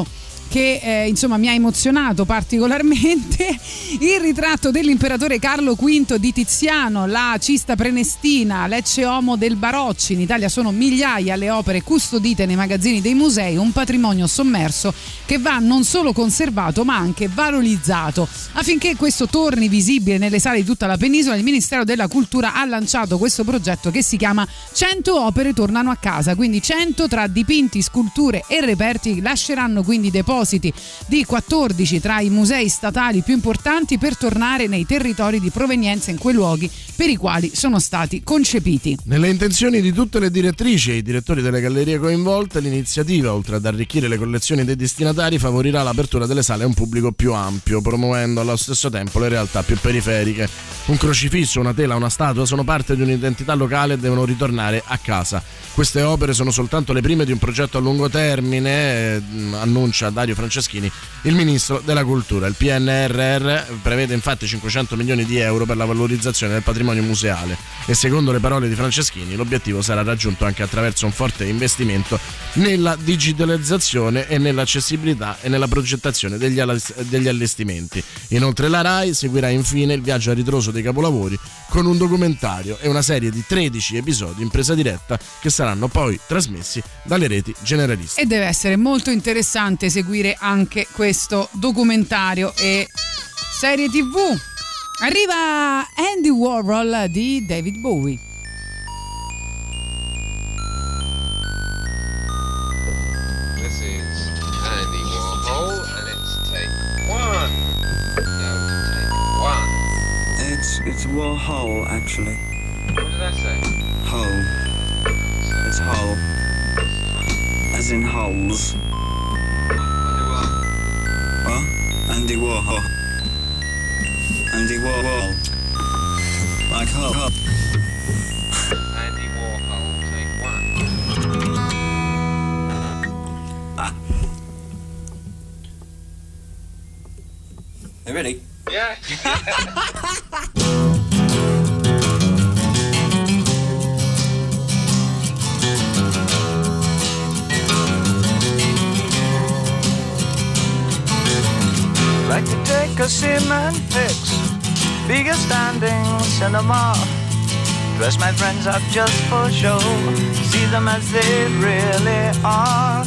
che eh, insomma mi ha emozionato particolarmente. Il ritratto dell'imperatore Carlo V di Tiziano, la Cista Prenestina, l'Ecce Homo del Barocci. In Italia sono migliaia le opere custodite nei magazzini dei musei, un patrimonio sommerso che va non solo conservato ma anche valorizzato. Affinché questo torni visibile nelle sale di tutta la penisola, il Ministero della Cultura ha lanciato questo progetto che si chiama cento opere tornano a casa, quindi cento tra dipinti, sculture e reperti lasceranno quindi depositi di quattordici tra i musei statali più importanti per tornare nei territori di provenienza, in quei luoghi per i quali sono stati concepiti. Nelle intenzioni di tutte le direttrici e i direttori delle gallerie coinvolte, l'iniziativa, oltre ad arricchire le collezioni dei destinatari, favorirà l'apertura delle sale a un pubblico più ampio, promuovendo allo stesso tempo le realtà più periferiche. Un crocifisso, una tela, una statua sono parte di un'identità locale e devono ritornare a casa. Queste opere sono soltanto le prime di un progetto a lungo termine, eh, annuncia Dario Franceschini, il ministro della cultura. Il P N R R prevede infatti cinquecento milioni di euro per la valorizzazione del patrimonio museale e, secondo le parole di Franceschini, l'obiettivo sarà raggiunto anche attraverso un forte investimento nella digitalizzazione e nell'accessibilità e nella progettazione degli, all- degli allestimenti. Inoltre la RAI seguirà infine il viaggio a ritroso dei capolavori con un documentario e una serie di tredici episodi in presa diretta che saranno poi trasmessi dalle reti generaliste. E deve essere molto interessante seguire anche questo documentario e serie tivù. Arriva Andy Warhol di David Bowie. This is Andy Warhol and it's take one. No, take one. It's it's Warhol actually. What did I say? Hole. It's hole. As in holes. What? Andy Warhol. Andy Warhol. Like hole. hole. Andy Warhol, take one. Ah. Are you ready? Yeah. Like to take a cement fix, bigger standing cinema. Dress my friends up just for show, see them as they really are.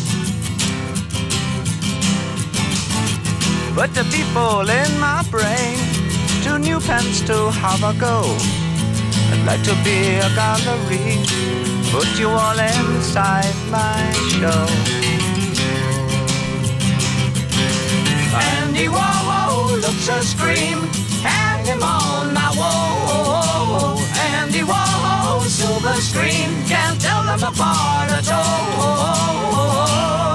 But the people in my brain, two new pens to have a go. I'd like to be a gallery, put you all inside my show. Andy Warhol looks a scream, hang him on my wall. Andy Warhol, silver screen, can't tell them apart at all.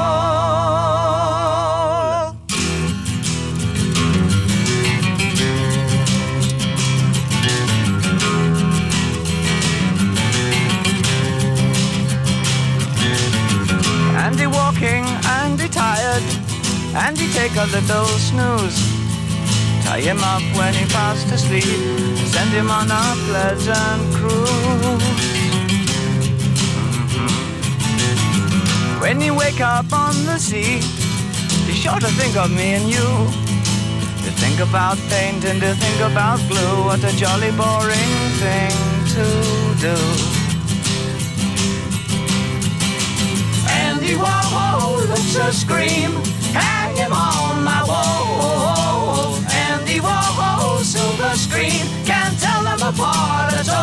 Andy walking, Andy tired, Andy take a little snooze. Tie him up when he fast asleep, send him on a pleasant cruise. Mm-hmm. When you wake up on the sea, be sure to think of me and you. To think about paint and to think about glue, what a jolly boring thing to do. Andy Warhol looks a scream, hang him on my wall. Andy Warhol, silver screen, can't tell them apart at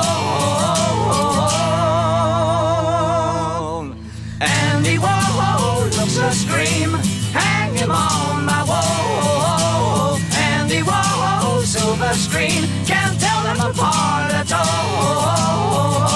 all. Andy Warhol looks a scream, hang him on my wall. Andy Warhol, silver screen, can't tell them apart at all.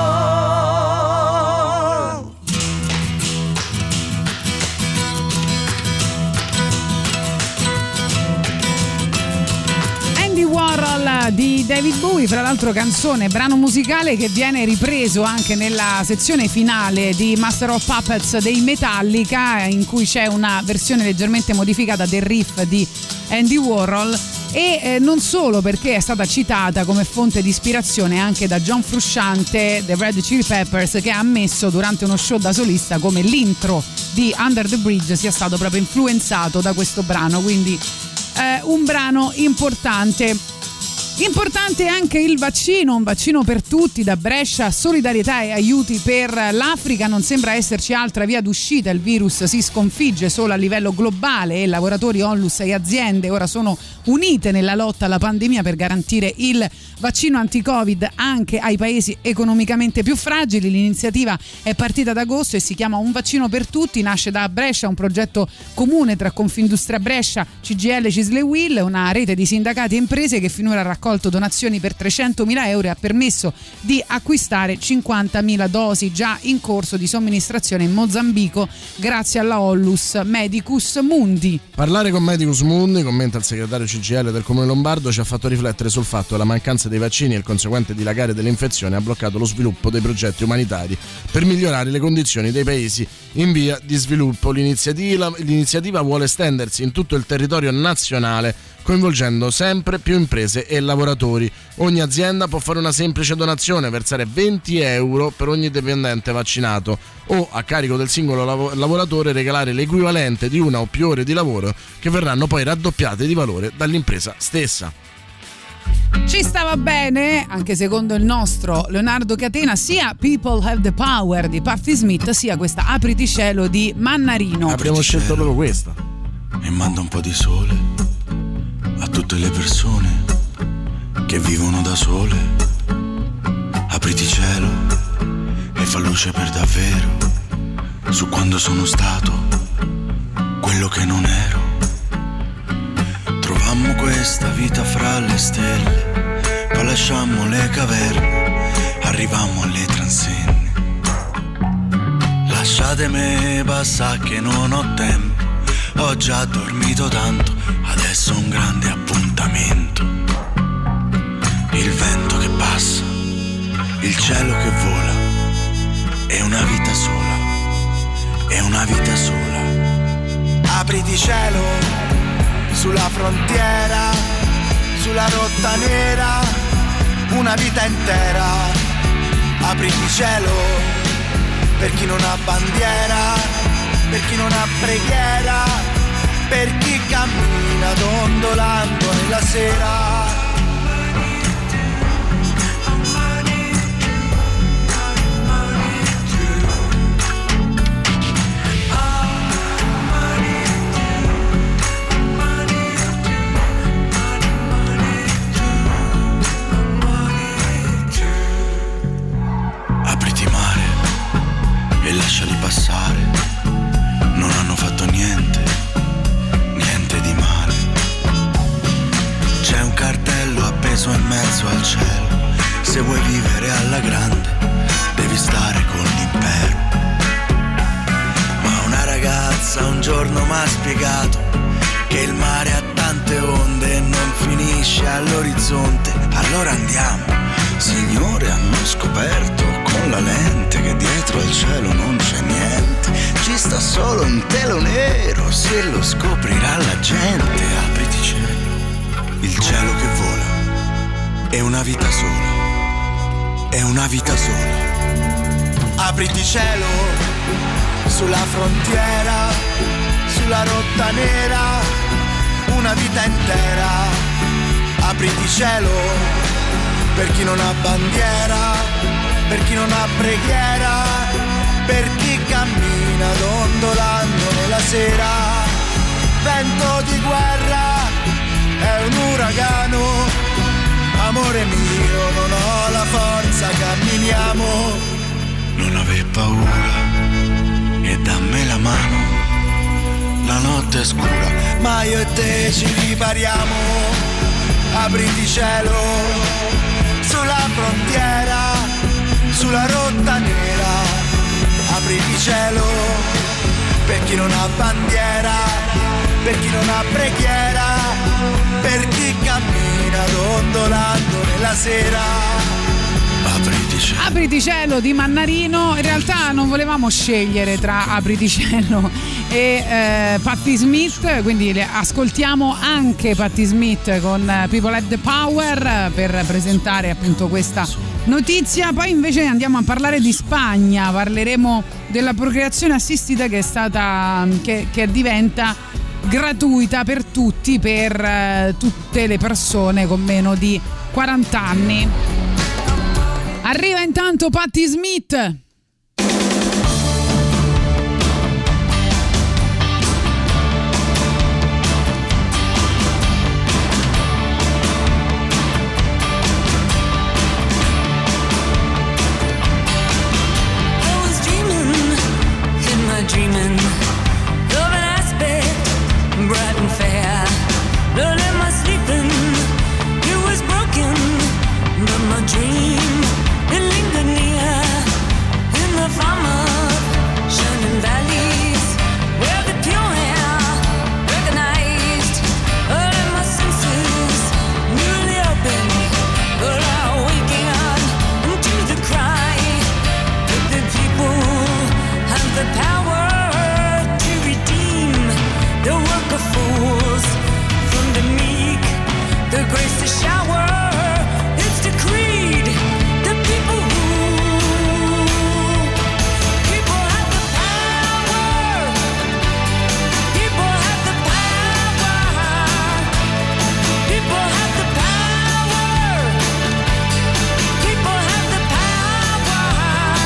Di David Bowie, fra l'altro canzone, brano musicale che viene ripreso anche nella sezione finale di Master of Puppets dei Metallica, in cui c'è una versione leggermente modificata del riff di Andy Warhol e eh, non solo perché è stata citata come fonte di ispirazione anche da John Frusciante dei Red Chili Peppers, che ha ammesso durante uno show da solista come l'intro di Under the Bridge sia stato proprio influenzato da questo brano, quindi eh, un brano importante. Importante anche il vaccino, un vaccino per tutti da Brescia, solidarietà e aiuti per l'Africa. Non sembra esserci altra via d'uscita, il virus si sconfigge solo a livello globale e lavoratori, onlus e aziende ora sono unite nella lotta alla pandemia per garantire il vaccino anti-Covid anche ai paesi economicamente più fragili. L'iniziativa è partita ad agosto e si chiama Un vaccino per tutti, nasce da Brescia, un progetto comune tra Confindustria Brescia, C G I L, Cisle e Will, una rete di sindacati e imprese che finora ha raccolto donazioni per trecentomila euro e ha permesso di acquistare cinquantamila dosi già in corso di somministrazione in Mozambico grazie alla Onlus Medicus Mundi. Parlare con Medicus Mundi, commenta il segretario C G I L del Comune Lombardo, ci ha fatto riflettere sul fatto che la mancanza dei vaccini e il conseguente dilagare dell'infezione ha bloccato lo sviluppo dei progetti umanitari per migliorare le condizioni dei paesi in via di sviluppo. L'iniziativa, l'iniziativa vuole estendersi in tutto il territorio nazionale, coinvolgendo sempre più imprese e lavoratori. Ogni azienda può fare una semplice donazione, versare venti euro per ogni dipendente vaccinato o, a carico del singolo lav- lavoratore, regalare l'equivalente di una o più ore di lavoro che verranno poi raddoppiate di valore dall'impresa stessa. Ci stava bene, anche secondo il nostro Leonardo Catena, sia People Have the Power di Patti Smith sia questa Apriti cielo di Mannarino. Abbiamo scelto proprio questa. E manda un po' di sole a tutte le persone che vivono da sole. Apriti cielo e fa luce per davvero su quando sono stato quello che non ero. Trovammo questa vita fra le stelle, poi lasciammo le caverne, arrivammo alle transenne. Lasciatemi passare che non ho tempo, ho già dormito tanto, adesso un grande appuntamento. Il vento che passa, il cielo che vola, è una vita sola, è una vita sola. Apriti cielo sulla frontiera, sulla rotta nera, una vita intera. Apriti cielo per chi non ha bandiera, per chi non ha preghiera, per chi cammina dondolando nella sera. Lasciali passare, non hanno fatto niente, niente di male. C'è un cartello appeso in mezzo al cielo, se vuoi vivere alla grande devi stare con l'impero. Ma una ragazza un giorno m'ha spiegato che il mare ha tante onde e non finisce all'orizzonte. Allora andiamo, signore, hanno scoperto con la lente che dietro al cielo non c'è niente, ci sta solo un telo nero, se lo scoprirà la gente. Apriti cielo, il cielo che vola, è una vita sola, è una vita sola. Apriti cielo sulla frontiera, sulla rotta nera, una vita intera. Apriti cielo per chi non ha bandiera, per chi non ha preghiera, per chi cammina dondolando nella sera. Vento di guerra, è un uragano, amore mio, non ho la forza, camminiamo. Non aver paura e dammi la mano, la notte è scura, ma io e te ci ripariamo. Apriti cielo sulla frontiera, sulla rotta nera. Apriti cielo per chi non ha bandiera, per chi non ha preghiera, per chi cammina dondolando nella sera. Apriti cielo. Apriti cielo di Mannarino. In realtà non volevamo scegliere tra Apriti cielo e eh, Patti Smith, quindi le ascoltiamo anche Patti Smith con People Have the Power per presentare appunto questa notizia. Poi invece andiamo a parlare di Spagna, parleremo della procreazione assistita che è stata che, che diventa gratuita per tutti, per eh, tutte le persone con meno di quaranta anni. Arriva intanto Patti Smith. Dreaming of an aspect bright and fair, but in my sleeping it was broken. But my dream it lingered near in the farm of shining valleys where the pure air recognized all of my senses newly open, but I waking up into the cry that the people have the power the work of fools from the meek, the grace to shower. It's decreed the people rule. People have the power. People have the power. People have the power. People have the power.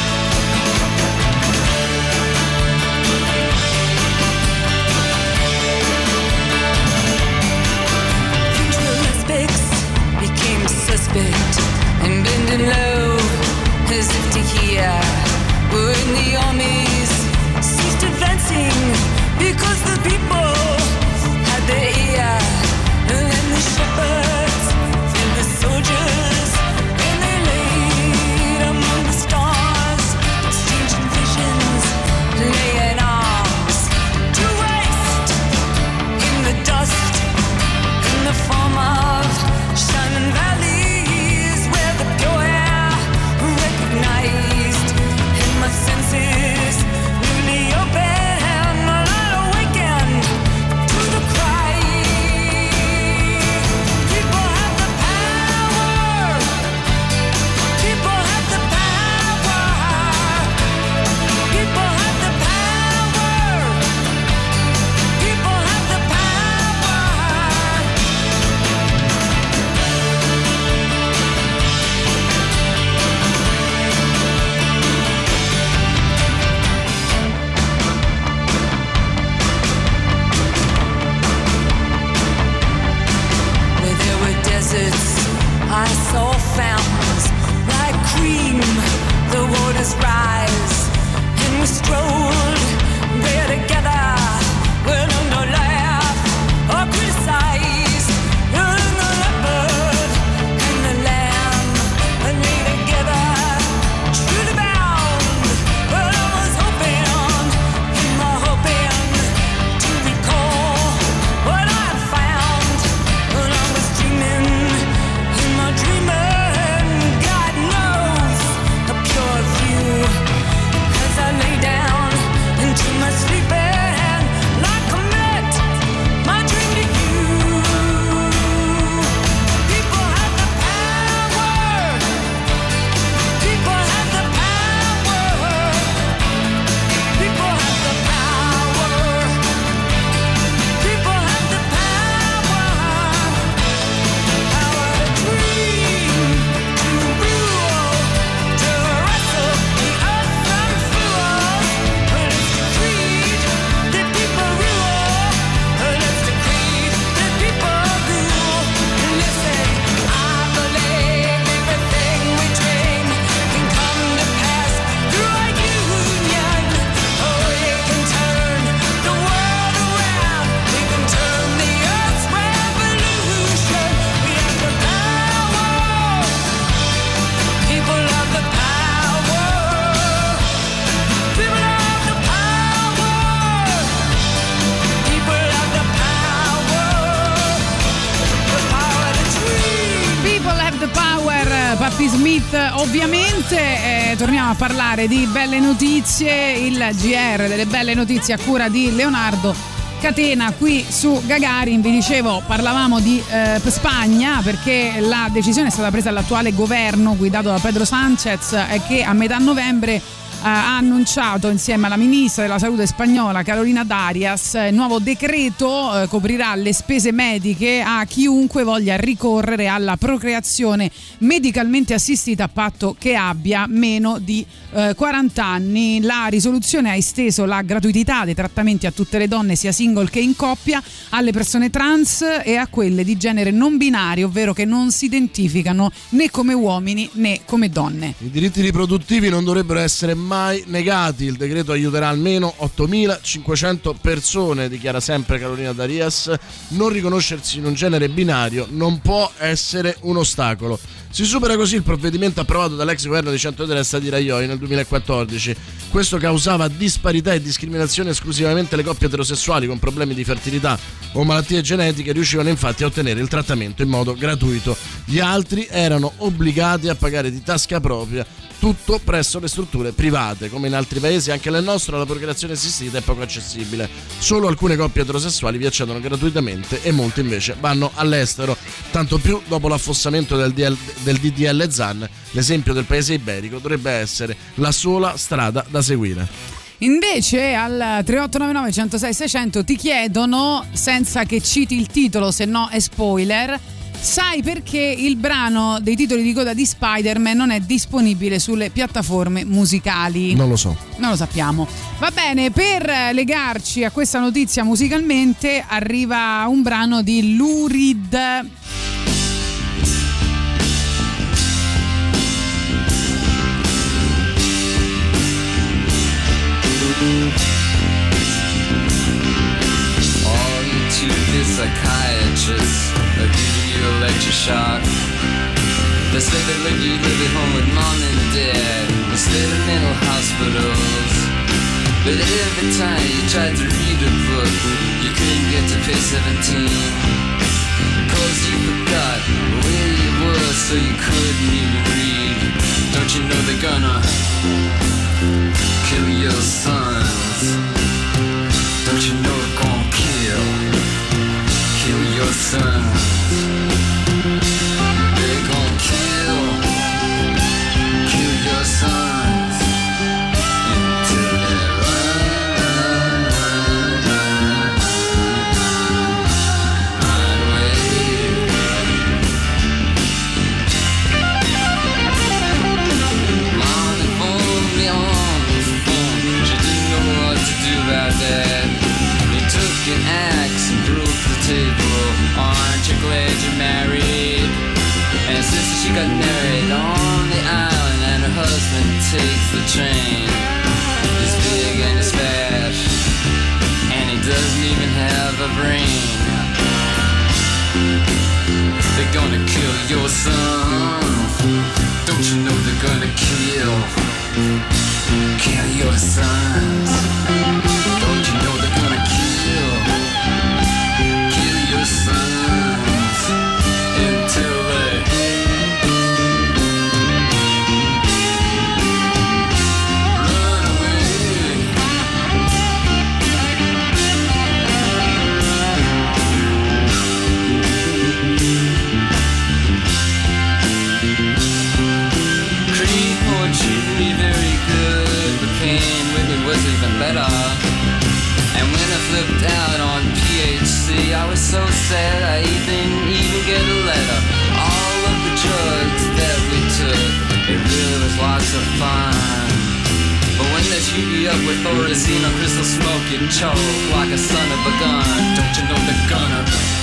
Became suspect and bending low as if to hear when the armies ceased advancing because the people had their ear, and then the shepherds fed the soldiers and they laid among the stars, exchanging visions, laying arms to waste in the dust in the form of shining valleys where the pure air recognized in my senses newly open, I awakened to the cry. People have the power. People have the power. People have the power. People have the power. Where there were deserts, I saw fountains like cream. The waters rise, and we strolled there together. We'll no laugh or criticize. And the leopard and the lamb lay together, truly bound. But I was hoping, in my hoping, to recall what I had found when I was dreaming. In my dreaming, God knows a pure view as I lay down P. Smith ovviamente. Eh, torniamo a parlare di belle notizie, il G R delle belle notizie a cura di Leonardo Catena qui su Gagarin. Vi dicevo, parlavamo di eh, Spagna perché la decisione è stata presa dall'attuale governo guidato da Pedro Sánchez e che a metà novembre ha annunciato insieme alla ministra della salute spagnola Carolina Darias il nuovo decreto eh, coprirà le spese mediche a chiunque voglia ricorrere alla procreazione medicalmente assistita a patto che abbia meno di eh, quaranta anni. La risoluzione ha esteso la gratuità dei trattamenti a tutte le donne sia single che in coppia, alle persone trans e a quelle di genere non binario, ovvero che non si identificano né come uomini né come donne. I diritti riproduttivi non dovrebbero essere mai negati. Il decreto aiuterà almeno ottomilacinquecento persone, dichiara sempre Carolina Darias. Non riconoscersi in un genere binario non può essere un ostacolo. Si supera così il provvedimento approvato dall'ex governo di centrodestra di Rajoy nel duemilaquattordici. Questo causava disparità e discriminazione esclusivamente alle coppie eterosessuali con problemi di fertilità o malattie genetiche riuscivano infatti a ottenere il trattamento in modo gratuito. Gli altri erano obbligati a pagare di tasca propria, tutto presso le strutture private. Come in altri paesi, anche nel nostro la procreazione assistita è poco accessibile. Solo alcune coppie eterosessuali vi accedono gratuitamente e molti invece vanno all'estero. Tanto più dopo l'affossamento del, D L, del D D L Zan, l'esempio del paese iberico dovrebbe essere la sola strada da seguire. Invece al tre otto nove nove uno zero sei sei zero zero ti chiedono, senza che citi il titolo, se no è spoiler, sai perché il brano dei titoli di coda di Spider-Man non è disponibile sulle piattaforme musicali? Non lo so. Non lo sappiamo. Va bene, per legarci a questa notizia musicalmente arriva un brano di Lou Reed. All you to the psychiatrist are giving you a lecture shock. They say that when you live at home with mom and dad instead of mental hospitals. But every time you tried to read a book, you couldn't get to page seventeen. Cause you forgot where you were, so you couldn't even read. Don't you know they're gonna kill your sons? Don't you know they're gonna kill, kill your sons? They're gonna kill, kill your sons until they run, run, run, run away. Mom informed me on the phone, she didn't know what to do about that. He took an axe and broke the table. Aren't you glad you're married? And sister, she got married on the island, and her husband takes the train. He's big and he's fat, and he doesn't even have a brain. They're gonna kill your sons. Don't you know they're gonna kill, kill your sons? Don't you know they're gonna kill, kill your sons until they run away. Creed poetry very good, but Kane with me was even better. And when I flipped out on P H C, I was so sad I didn't even get a letter. All of the drugs that we took, it really was lots of fun. But when they shoot you up with Thorazine or crystal smoke, you choke like a son of a gun. Don't you know they're gonna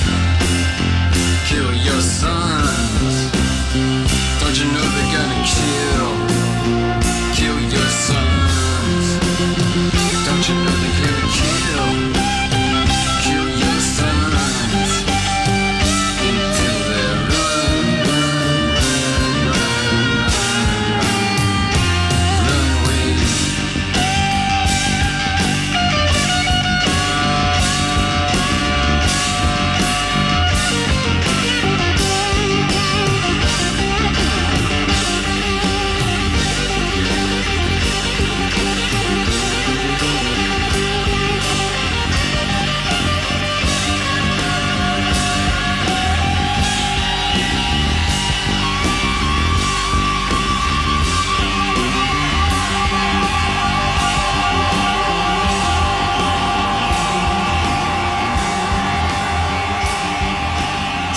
kill your sons? Don't you know they're gonna kill, kill your sons? Don't you know they're gonna kill, kill your sons until they run, run, run, run, run, run away.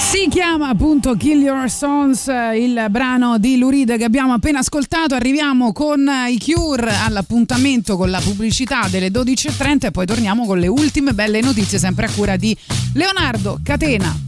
Si chiama appunto Kill Your Sons, il brano di Lou Reed che abbiamo appena ascoltato. Arriviamo con i Cure all'appuntamento con la pubblicità delle dodici e trenta e poi torniamo con le ultime belle notizie sempre a cura di Leonardo Catena.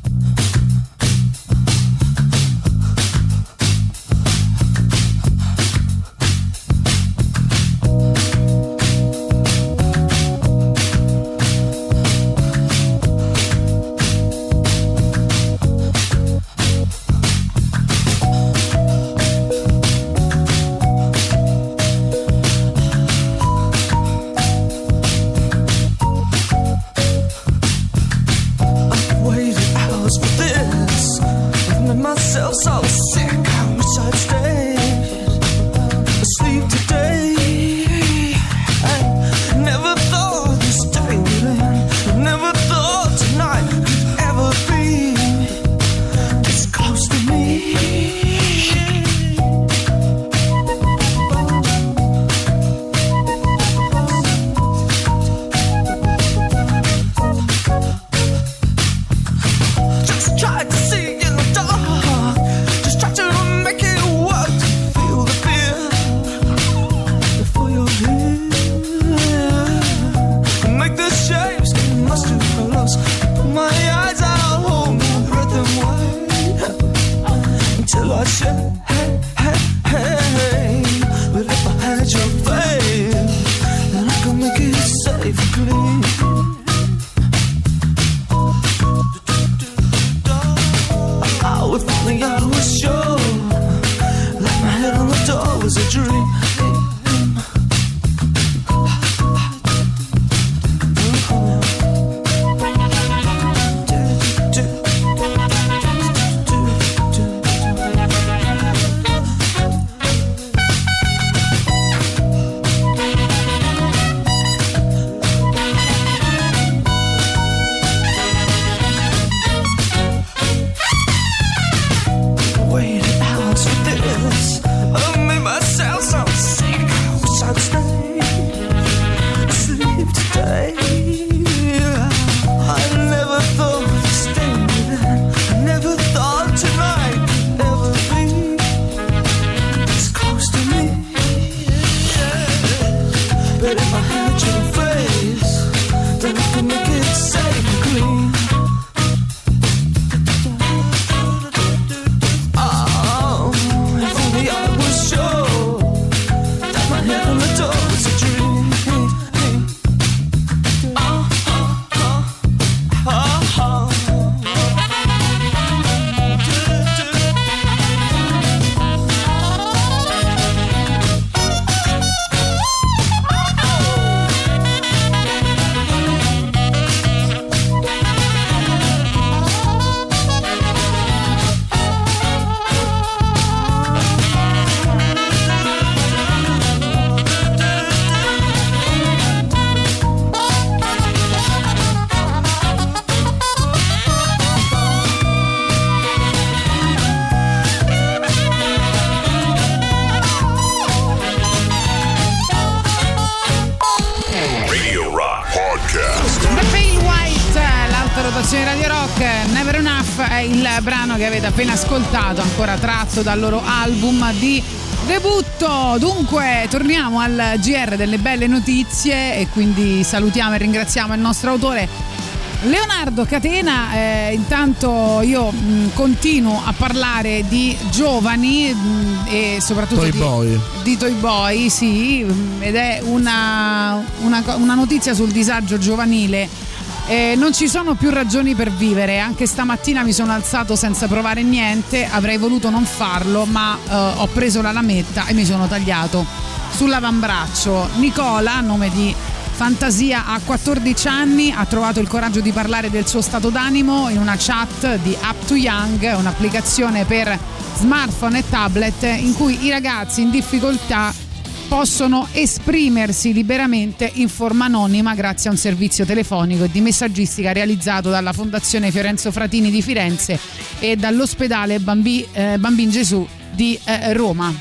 Brano che avete appena ascoltato, ancora tratto dal loro album di debutto. Dunque torniamo al G R delle belle notizie e quindi salutiamo e ringraziamo il nostro autore Leonardo Catena. Eh, intanto io mh, continuo a parlare di giovani mh, e soprattutto Toy di Boy. di Toy Boy, sì, mh, ed è una, una, una notizia sul disagio giovanile. Eh, non ci sono più ragioni per vivere, anche stamattina mi sono alzato senza provare niente, avrei voluto non farlo, ma eh, ho preso la lametta e mi sono tagliato sull'avambraccio. Nicola, nome di fantasia, ha quattordici anni, ha trovato il coraggio di parlare del suo stato d'animo in una chat di Up to Young, un'applicazione per smartphone e tablet in cui i ragazzi in difficoltà possono esprimersi liberamente in forma anonima grazie a un servizio telefonico e di messaggistica realizzato dalla Fondazione Fiorenzo Fratini di Firenze e dall'ospedale Bambi, eh, Bambin Gesù di eh, Roma.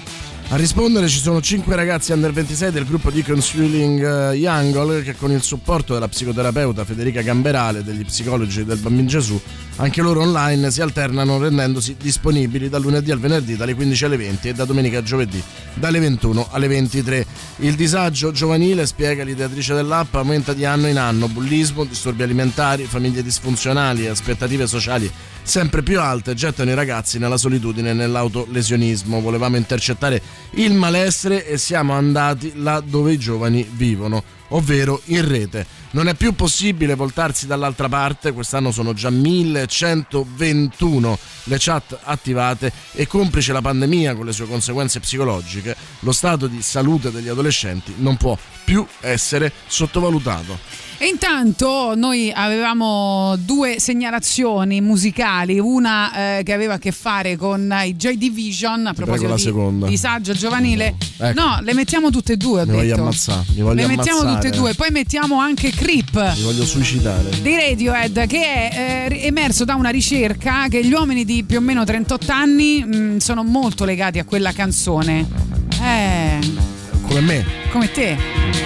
A rispondere ci sono cinque ragazzi under ventisei del gruppo di Consuling Young che con il supporto della psicoterapeuta Federica Gamberale e degli psicologi del Bambin Gesù, anche loro online, si alternano rendendosi disponibili dal lunedì al venerdì dalle quindici alle venti e da domenica a giovedì dalle ventuno alle ventitré. Il disagio giovanile, spiega l'ideatrice dell'app, aumenta di anno in anno. Bullismo, disturbi alimentari, famiglie disfunzionali e aspettative sociali sempre più alte gettano i ragazzi nella solitudine e nell'autolesionismo. Volevamo intercettare il malessere e siamo andati là dove i giovani vivono, ovvero in rete. Non è più possibile voltarsi dall'altra parte, quest'anno sono già millecentoventuno le chat attivate e, complice la pandemia con le sue conseguenze psicologiche, lo stato di salute degli adolescenti non può più essere sottovalutato. E intanto noi avevamo due segnalazioni musicali, una eh, che aveva a che fare con i Joy Division, a proposito di disagio giovanile. Ecco. No, le mettiamo tutte e due, ho Mi detto. voglio ammazzare, mi voglio le mettiamo ammazzare. tutte e due, poi mettiamo anche Creep. Mi voglio suicidare. Di Radiohead, che è eh, emerso da una ricerca che gli uomini di più o meno trentotto anni mh, sono molto legati a quella canzone. Eh, Come me. come te.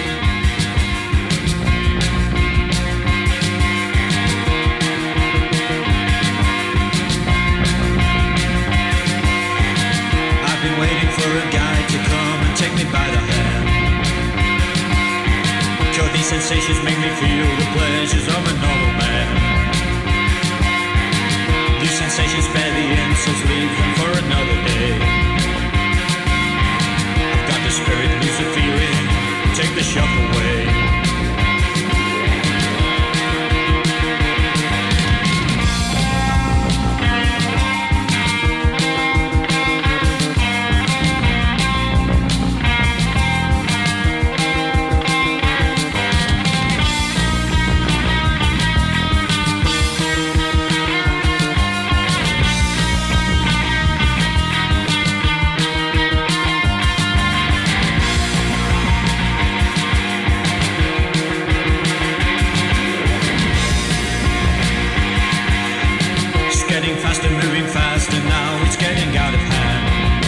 I've been waiting for a guy to come and take me by the hand. Sure, these sensations make me feel the pleasures of a normal man. These sensations spare the insults, leave them for another day. I've got the spirit, lose the feeling, take the shock away. Faster, moving faster now, it's getting out of hand.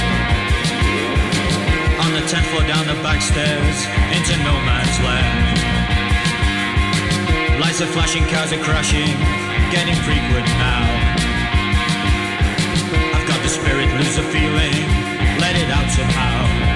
On the tenth floor, down the back stairs, into no man's land. Lights are flashing, cars are crashing, getting frequent now. I've got the spirit, lose the feeling, let it out somehow.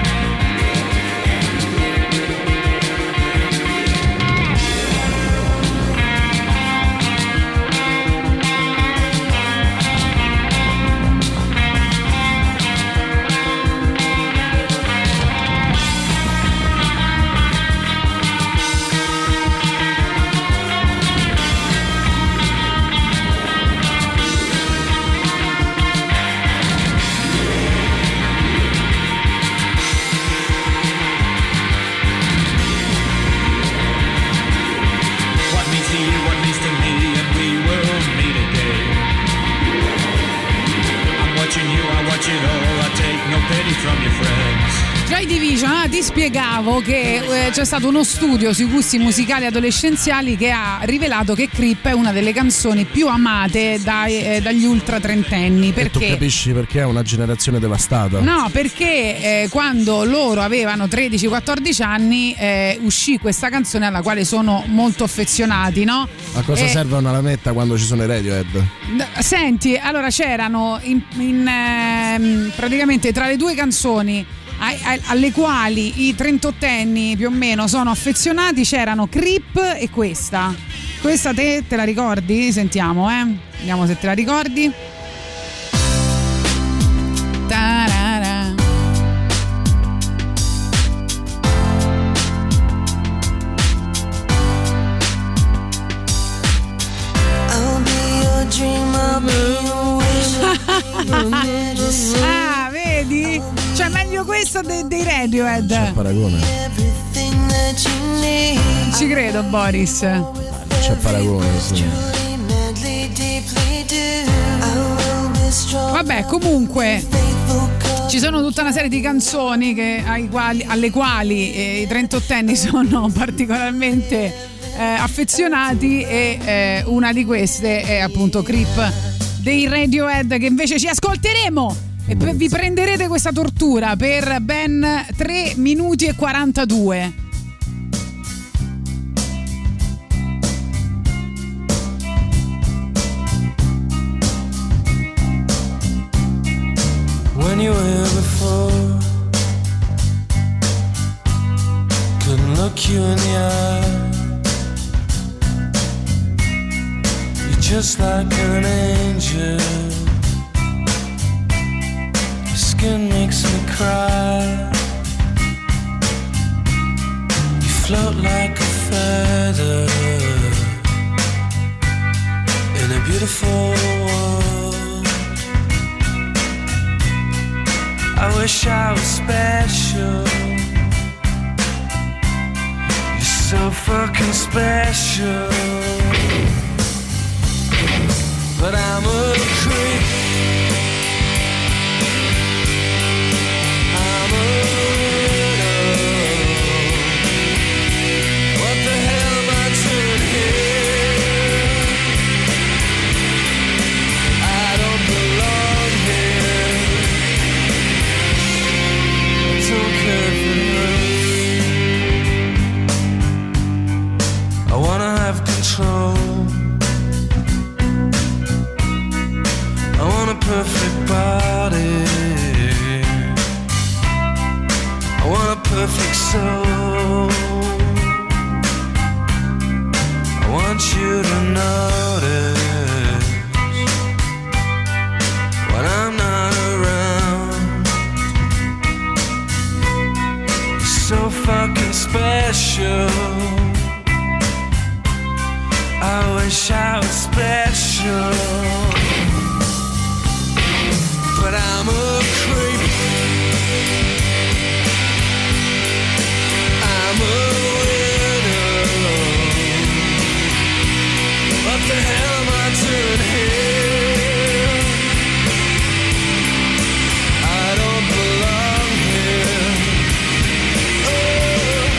Joy Division, ah, ti spiegavo che eh, c'è stato uno studio sui gusti musicali adolescenziali che ha rivelato che Creep è una delle canzoni più amate dai, eh, dagli ultra trentenni. Perché? E tu capisci perché è una generazione devastata? No, perché eh, quando loro avevano tredici quattordici anni eh, uscì questa canzone alla quale sono molto affezionati, no? A cosa E- serve una lametta quando ci sono i Radiohead? Senti, allora c'erano in, in, ehm, praticamente tra le due canzoni ai- ai- alle quali i trentottenni più o meno sono affezionati c'erano Creep e questa. Questa te, te la ricordi? Sentiamo, eh. Vediamo se te la ricordi. Tarara. I'll be your dream, I'll be your wish, your medicine. Ah, vedi? Cioè meglio questo de- dei Radiohead. C'è paragone. Everything that you need. Ci credo, Boris. C'è paragone, sì. Madly, deeply do. I will be strong. Vabbè, comunque ci sono tutta una serie di canzoni che, ai quali, alle quali eh, i trentottenni sono particolarmente eh, affezionati e eh, una di queste è appunto Creep dei Radiohead, che invece ci ascolteremo E poi vi prenderete questa tortura per ben tre minuti e quarantadue. When you were here before, couldn't look you in the eye. You're just like an angel. Your skin makes me cry. You float like a feather in a beautiful world. I wish I was special. You're so fucking special. But I'm a creep. I'm a widow. What the hell am I doing here? I don't belong here. I don't care if it hurts. I wanna have control. I want a perfect body. I want a perfect soul. I want you to notice when I'm not around. You're so fucking special. I wish I was special. But I'm a creep. I'm a widow. What the hell am I doing here? I don't belong here. Oh,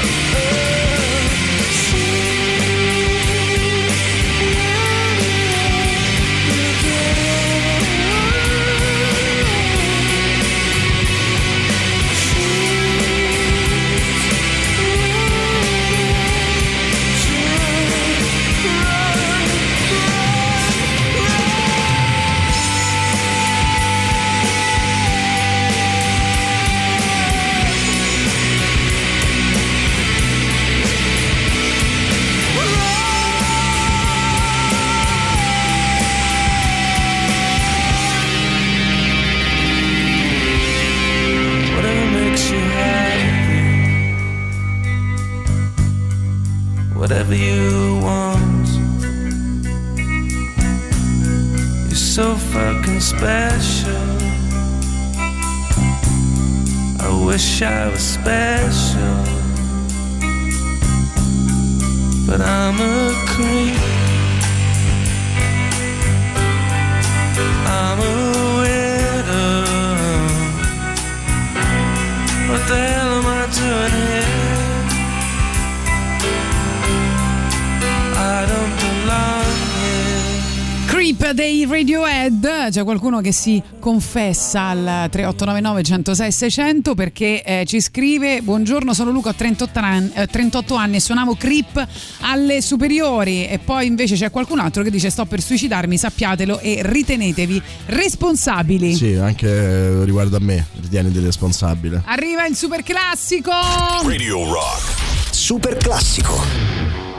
whatever makes you happy, whatever you want. You're so fucking special. I wish I was special. But I'm a creep. I'm a widow. What the hell am I doing here? I don't belong here. Creep dei Radiohead. C'è qualcuno che si confessa al tre otto nove nove uno zero sei sei zero zero perché eh, ci scrive: buongiorno, sono Luca, ho trentotto anni, eh, trentotto anni e suonavo Creep alle superiori. E poi invece c'è qualcun altro che dice: sto per suicidarmi, sappiatelo e ritenetevi responsabili. Sì, anche riguardo a me, ritieniti responsabile. Arriva il super classico Radio Rock Super classico.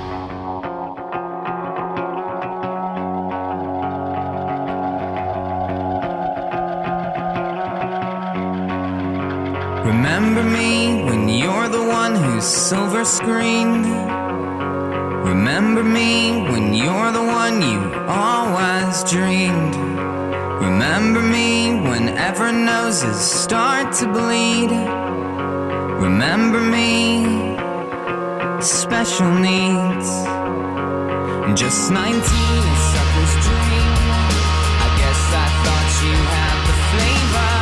Remember me when you're the one who's silver screened. Remember me when you're the one you always dreamed. Remember me whenever noses start to bleed. Remember me, special needs. Just nineteen, a sucker's dream. I guess I thought you had the flavor.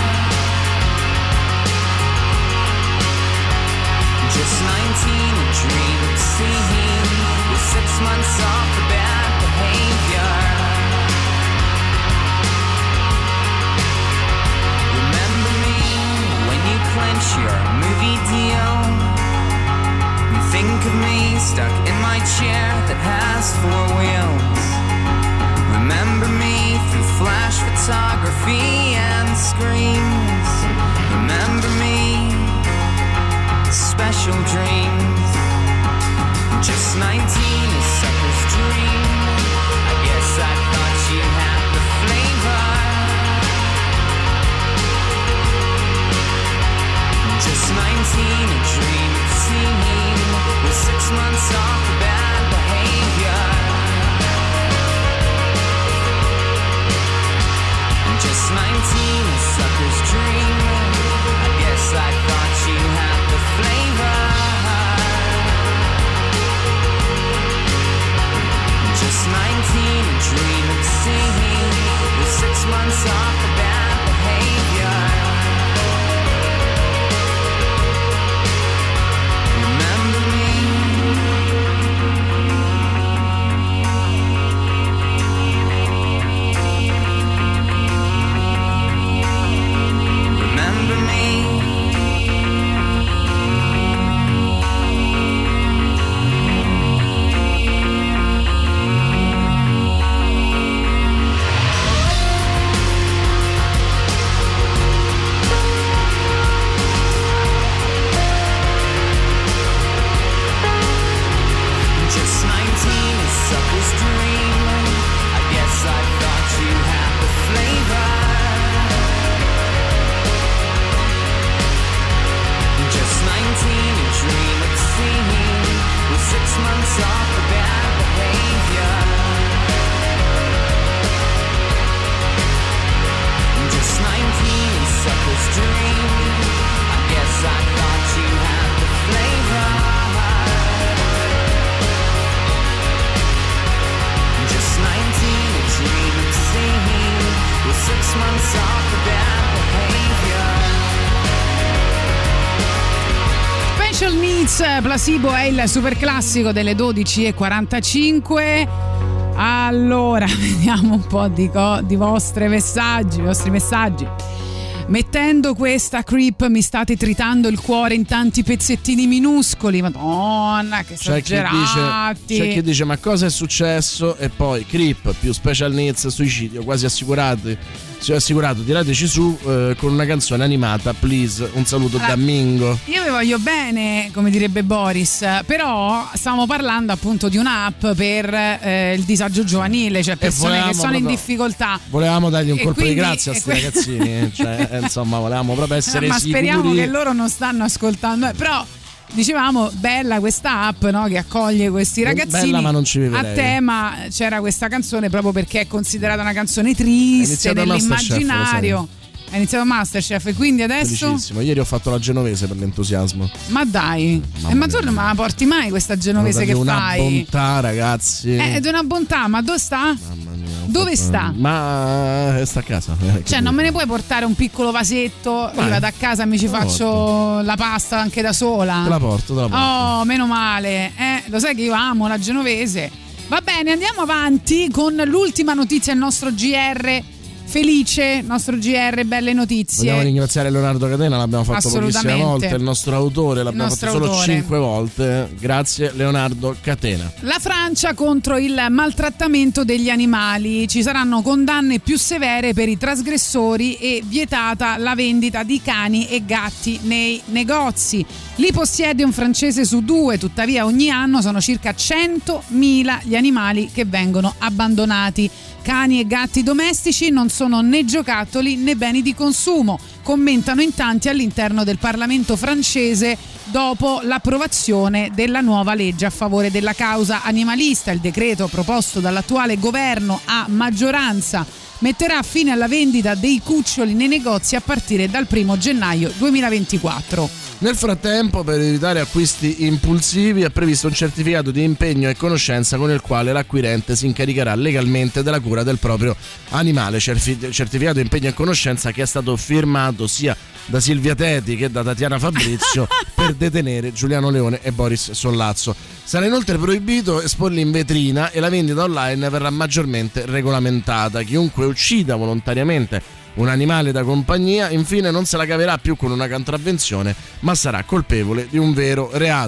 Just nineteen, a dream of seeing with six months off for bad behavior. stuck in my chair that has four wheels. Remember me through flash photography and screens. Remember me, special dreams. Just nineteen, a sucker's dream. I guess I thought you had the flavor. Just nineteen, a dream of seeing, with six months off for bad behavior. Just nineteen, a sucker's dream. I guess I thought you had the flavor. Just nineteen, a dream of seeing, with six months off for bad behavior. Remember me. Remember me. Just nineteen, a sucker's dream. I guess I thought you had the flavor. Just nineteen, a dream of seeing, with six months off for bad behavior. Just nineteen, a sucker's dream. I guess I thought you had the flavor. Just nineteen, a dream of seeing, with six months off for bad behavior. Special Needs, Placebo è il super classico delle dodici e quarantacinque. Allora, vediamo un po' di, co- di vostri messaggi, i vostri messaggi. Mettendo questa creep mi state tritando il cuore in tanti pezzettini minuscoli. Madonna, che C'è chi, esagerati. dice, c'è chi dice ma cosa è successo? E poi creep più special needs suicidio quasi assicurati. Si è assicurato, tirateci su eh, con una canzone animata, please. Un saluto Allora, da Mingo. Io vi voglio bene, come direbbe Boris, però stiamo parlando appunto di un'app per eh, il disagio giovanile, cioè persone che sono in proprio, difficoltà. Volevamo dargli un E colpo quindi- di grazia a e sti que- ragazzini, cioè, eh, insomma, volevamo proprio essere ma sicuri. speriamo che loro non stanno ascoltando, eh, però dicevamo bella questa app, no, che accoglie questi ragazzini. Bella, ma non ci vivrei. A tema c'era questa canzone proprio perché è considerata una canzone triste iniziato dell'immaginario. Ha iniziato Masterchef e quindi adesso Felicissimo. Ieri ho fatto la genovese per l'entusiasmo. ma dai, e ma tu non me la porti mai questa genovese che una fai? bontà, ragazzi. Eh, È di una bontà, ma dove sta? Mamma mia, ho Dove fatto- sta? Ma eh, sta a casa. Eh, Cioè, che non me dire. ne puoi portare un piccolo vasetto? Io Vai. vado a casa e mi ci Te la faccio la pasta anche da sola. Te la porto, te la porto. Oh, meno male. Eh, lo sai che io amo la genovese. Va bene, andiamo avanti con l'ultima notizia, il nostro G R felice, nostro G R belle notizie. Vogliamo ringraziare Leonardo Catena, l'abbiamo fatto pochissime Assolutamente. volte, il nostro autore, l'abbiamo nostro fatto solo autore. cinque volte. Grazie Leonardo Catena. La Francia contro il maltrattamento degli animali. Ci saranno condanne più severe per i trasgressori e vietata la vendita di cani e gatti nei negozi. Li possiede un francese su due, tuttavia ogni anno sono circa centomila gli animali che vengono abbandonati. Cani e gatti domestici non sono né giocattoli né beni di consumo, commentano in tanti all'interno del Parlamento francese dopo l'approvazione della nuova legge a favore della causa animalista. Il decreto proposto dall'attuale governo a maggioranza metterà fine alla vendita dei cuccioli nei negozi a partire dal primo gennaio duemilaventiquattro. Nel frattempo, per evitare acquisti impulsivi, è previsto un certificato di impegno e conoscenza con il quale l'acquirente si incaricherà legalmente della cura del proprio animale. Cerfi- certificato di impegno e conoscenza che è stato firmato sia da Silvia Teti che da Tatiana Fabrizio per detenere Giuliano Leone e Boris Sollazzo. Sarà inoltre proibito esporli in vetrina e la vendita online verrà maggiormente regolamentata. Chiunque uccida volontariamente un animale da compagnia infine non se la caverà più con una contravvenzione, ma sarà colpevole di un vero reato.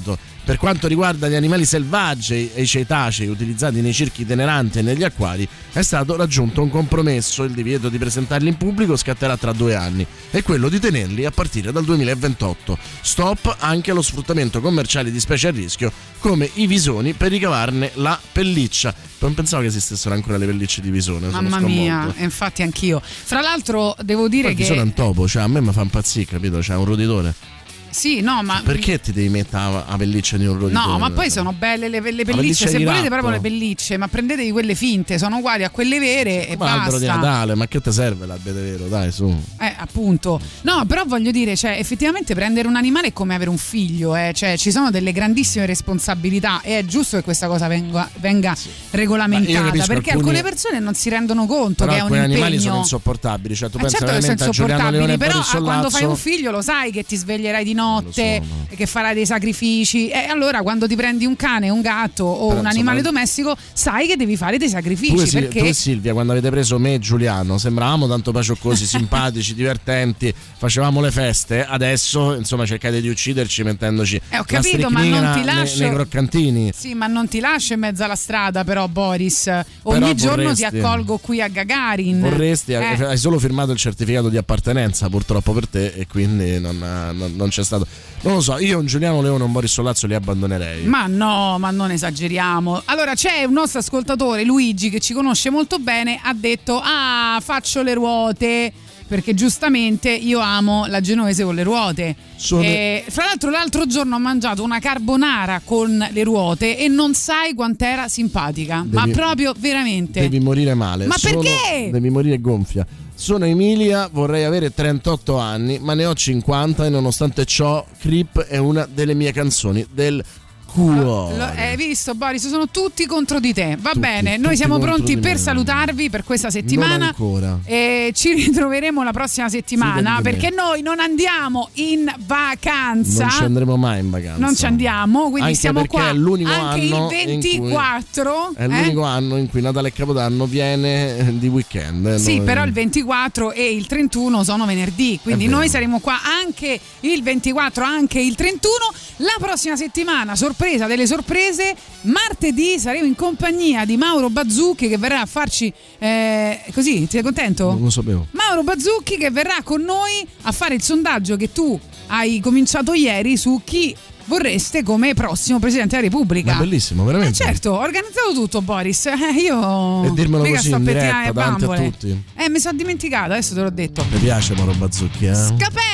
Per quanto riguarda gli animali selvaggi e i cetacei utilizzati nei circhi itineranti e negli acquari, è stato raggiunto un compromesso. Il divieto di presentarli in pubblico scatterà tra due anni e quello di tenerli a partire dal duemilaventotto. Stop anche allo sfruttamento commerciale di specie a rischio come i visoni per ricavarne la pelliccia. Non pensavo che esistessero ancora le pellicce di visone. Mamma mia, e infatti anch'io. Fra l'altro devo dire Poi che... il visone è un topo, cioè a me mi fa impazzire, capito? C'è un roditore. Sì, no, ma perché ti devi mettere la pelliccia di un roditore? No, ma poi sono belle le, le pellicce, se volete proprio le pellicce, ma prendetevi quelle finte, sono uguali a quelle vere e ma basta. L'albero di Natale, ma che ti serve l'albero vero? Dai, su. Eh, appunto. No, però voglio dire, cioè, effettivamente prendere un animale è come avere un figlio, eh. Cioè, ci sono delle grandissime responsabilità e è giusto che questa cosa venga, venga regolamentata, perché alcuni... alcune persone non si rendono conto però che è un impegno. Alcuni animali sono insopportabili, cioè tu eh pensi certo che sono insopportabili, però Sollazzo... quando fai un figlio lo sai che ti sveglierai di notte, so, no. che farai dei sacrifici, e allora quando ti prendi un cane, un gatto o però, un animale insomma, domestico sai che devi fare dei sacrifici. Tu e, perché... tu e Silvia, quando avete preso me e Giuliano, sembravamo tanto pacioccosi, simpatici, divertenti, facevamo le feste, adesso insomma cercate di ucciderci mettendoci eh, ho capito, ma non ti lascio nei, nei croccantini. Sì, ma non ti lascio in mezzo alla strada, però Boris, ogni però giorno vorresti, ti accolgo qui a Gagarin. Vorresti, eh. hai solo firmato il certificato di appartenenza purtroppo per te e quindi non, non, non c'è stato. Non lo so, io un Giuliano Leone e un Boris Sollazzo li abbandonerei. Ma no, ma non esageriamo. Allora c'è un nostro ascoltatore, Luigi, che ci conosce molto bene, ha detto ah, faccio le ruote, perché giustamente io amo la genovese con le ruote. Sono... E, fra l'altro l'altro giorno ho mangiato una carbonara con le ruote e non sai quant'era simpatica. Devi, ma proprio veramente devi morire male. Ma Sono, perché? Devi morire gonfia. Sono Emilia, vorrei avere trentotto anni, ma ne ho cinquanta e nonostante ciò Creep è una delle mie canzoni del cuore. Lo, hai visto, Boris? Sono tutti contro di te. Va tutti, bene, noi siamo pronti per me. salutarvi per questa settimana. Non ancora. E ci ritroveremo la prossima settimana perché me. noi non andiamo in vacanza. Non ci andremo mai in vacanza. Non ci andiamo, quindi anche siamo qua è l'unico anche anno il ventiquattro. Cui, è l'unico eh? anno in cui Natale e Capodanno viene di weekend. Sì, noi... però il ventiquattro e il trentuno sono venerdì, quindi noi saremo qua anche il ventiquattro, anche il trentuno. La prossima settimana, sorpresa delle sorprese, martedì saremo in compagnia di Mauro Bazzucchi che verrà a farci eh, così, sei contento? Non lo sapevo. Mauro Bazzucchi che verrà con noi a fare il sondaggio che tu hai cominciato ieri su chi vorreste come prossimo Presidente della Repubblica. Ma bellissimo, veramente. Eh certo, ho organizzato tutto, Boris. Eh, io e dirmelo così sto in diretta a davanti a tutti. Eh, mi sono dimenticata, adesso te l'ho detto. Ti piace Mauro Bazzucchi, eh?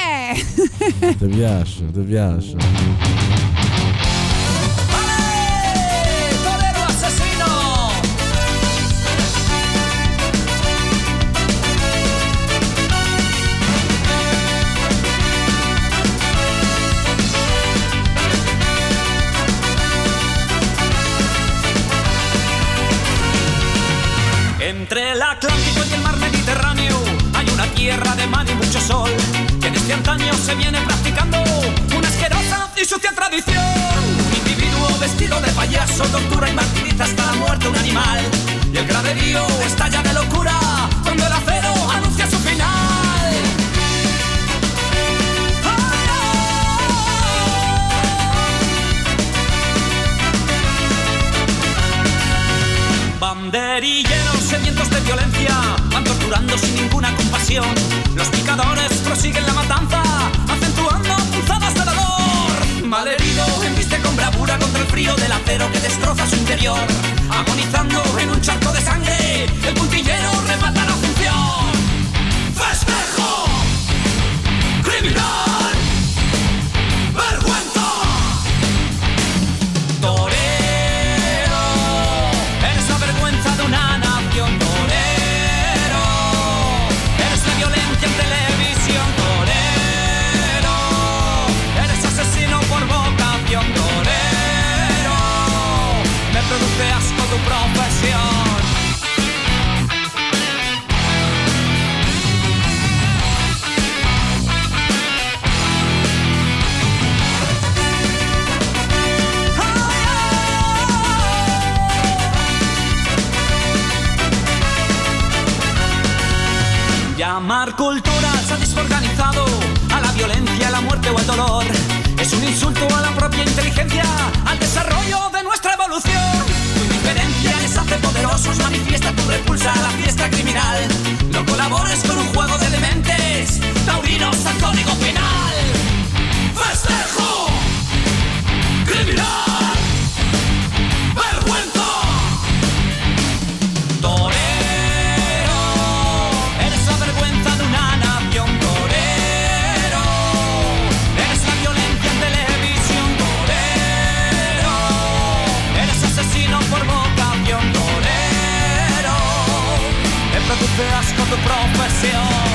Scapè! Ti piace, ti piace. Entre el Atlántico y el mar Mediterráneo hay una tierra de mar y mucho sol que desde antaño se viene practicando una asquerosa y sucia tradición. Un individuo vestido de payaso tortura y martiriza hasta la muerte un animal y el graderío estalla de locura cuando el acero anuncia su final. Banderilleros sedientos de violencia van torturando sin ninguna compasión. Los picadores prosiguen la matanza, acentuando punzadas de dolor. Malherido embiste con bravura contra el frío del acero que destroza su interior. Agonizando en un charco de sangre, el puntillero remata la función. ¡Festejo! ¡Criminal! ¡Vergüenza! ¡Torero! Una nación, torero, eres la violencia en televisión, torero, eres asesino por vocación, torero, me produce asco tu profesión. Llamar cultura al sadismo organizado, a la violencia, a la muerte o al dolor, es es un insulto a la propia inteligencia, al desarrollo de nuestra evolución. Tu indiferencia les hace poderosos, manifiesta tu repulsa a la fiesta criminal. No colabores con un juego de dementes, taurinos al código penal. Festejo criminal, vergüenza. Torero, eres la vergüenza de una nación. Torero, eres la violencia en televisión. Torero, eres asesino por vocación. Torero, me produce asco tu profesión.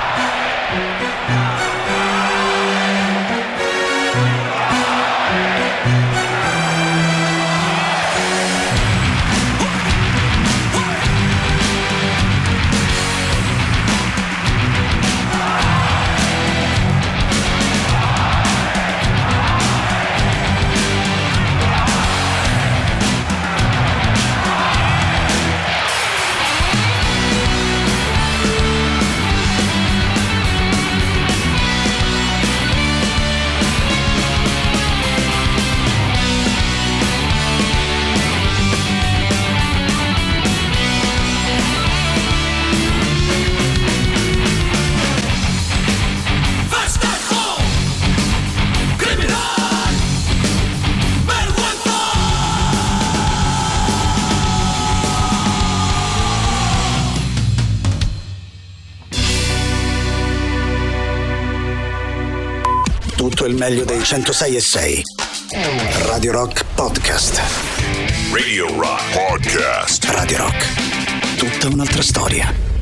Tutto il meglio dei centosei e sei. Radio Rock Podcast. Radio Rock Podcast. Radio Rock. Tutta un'altra storia.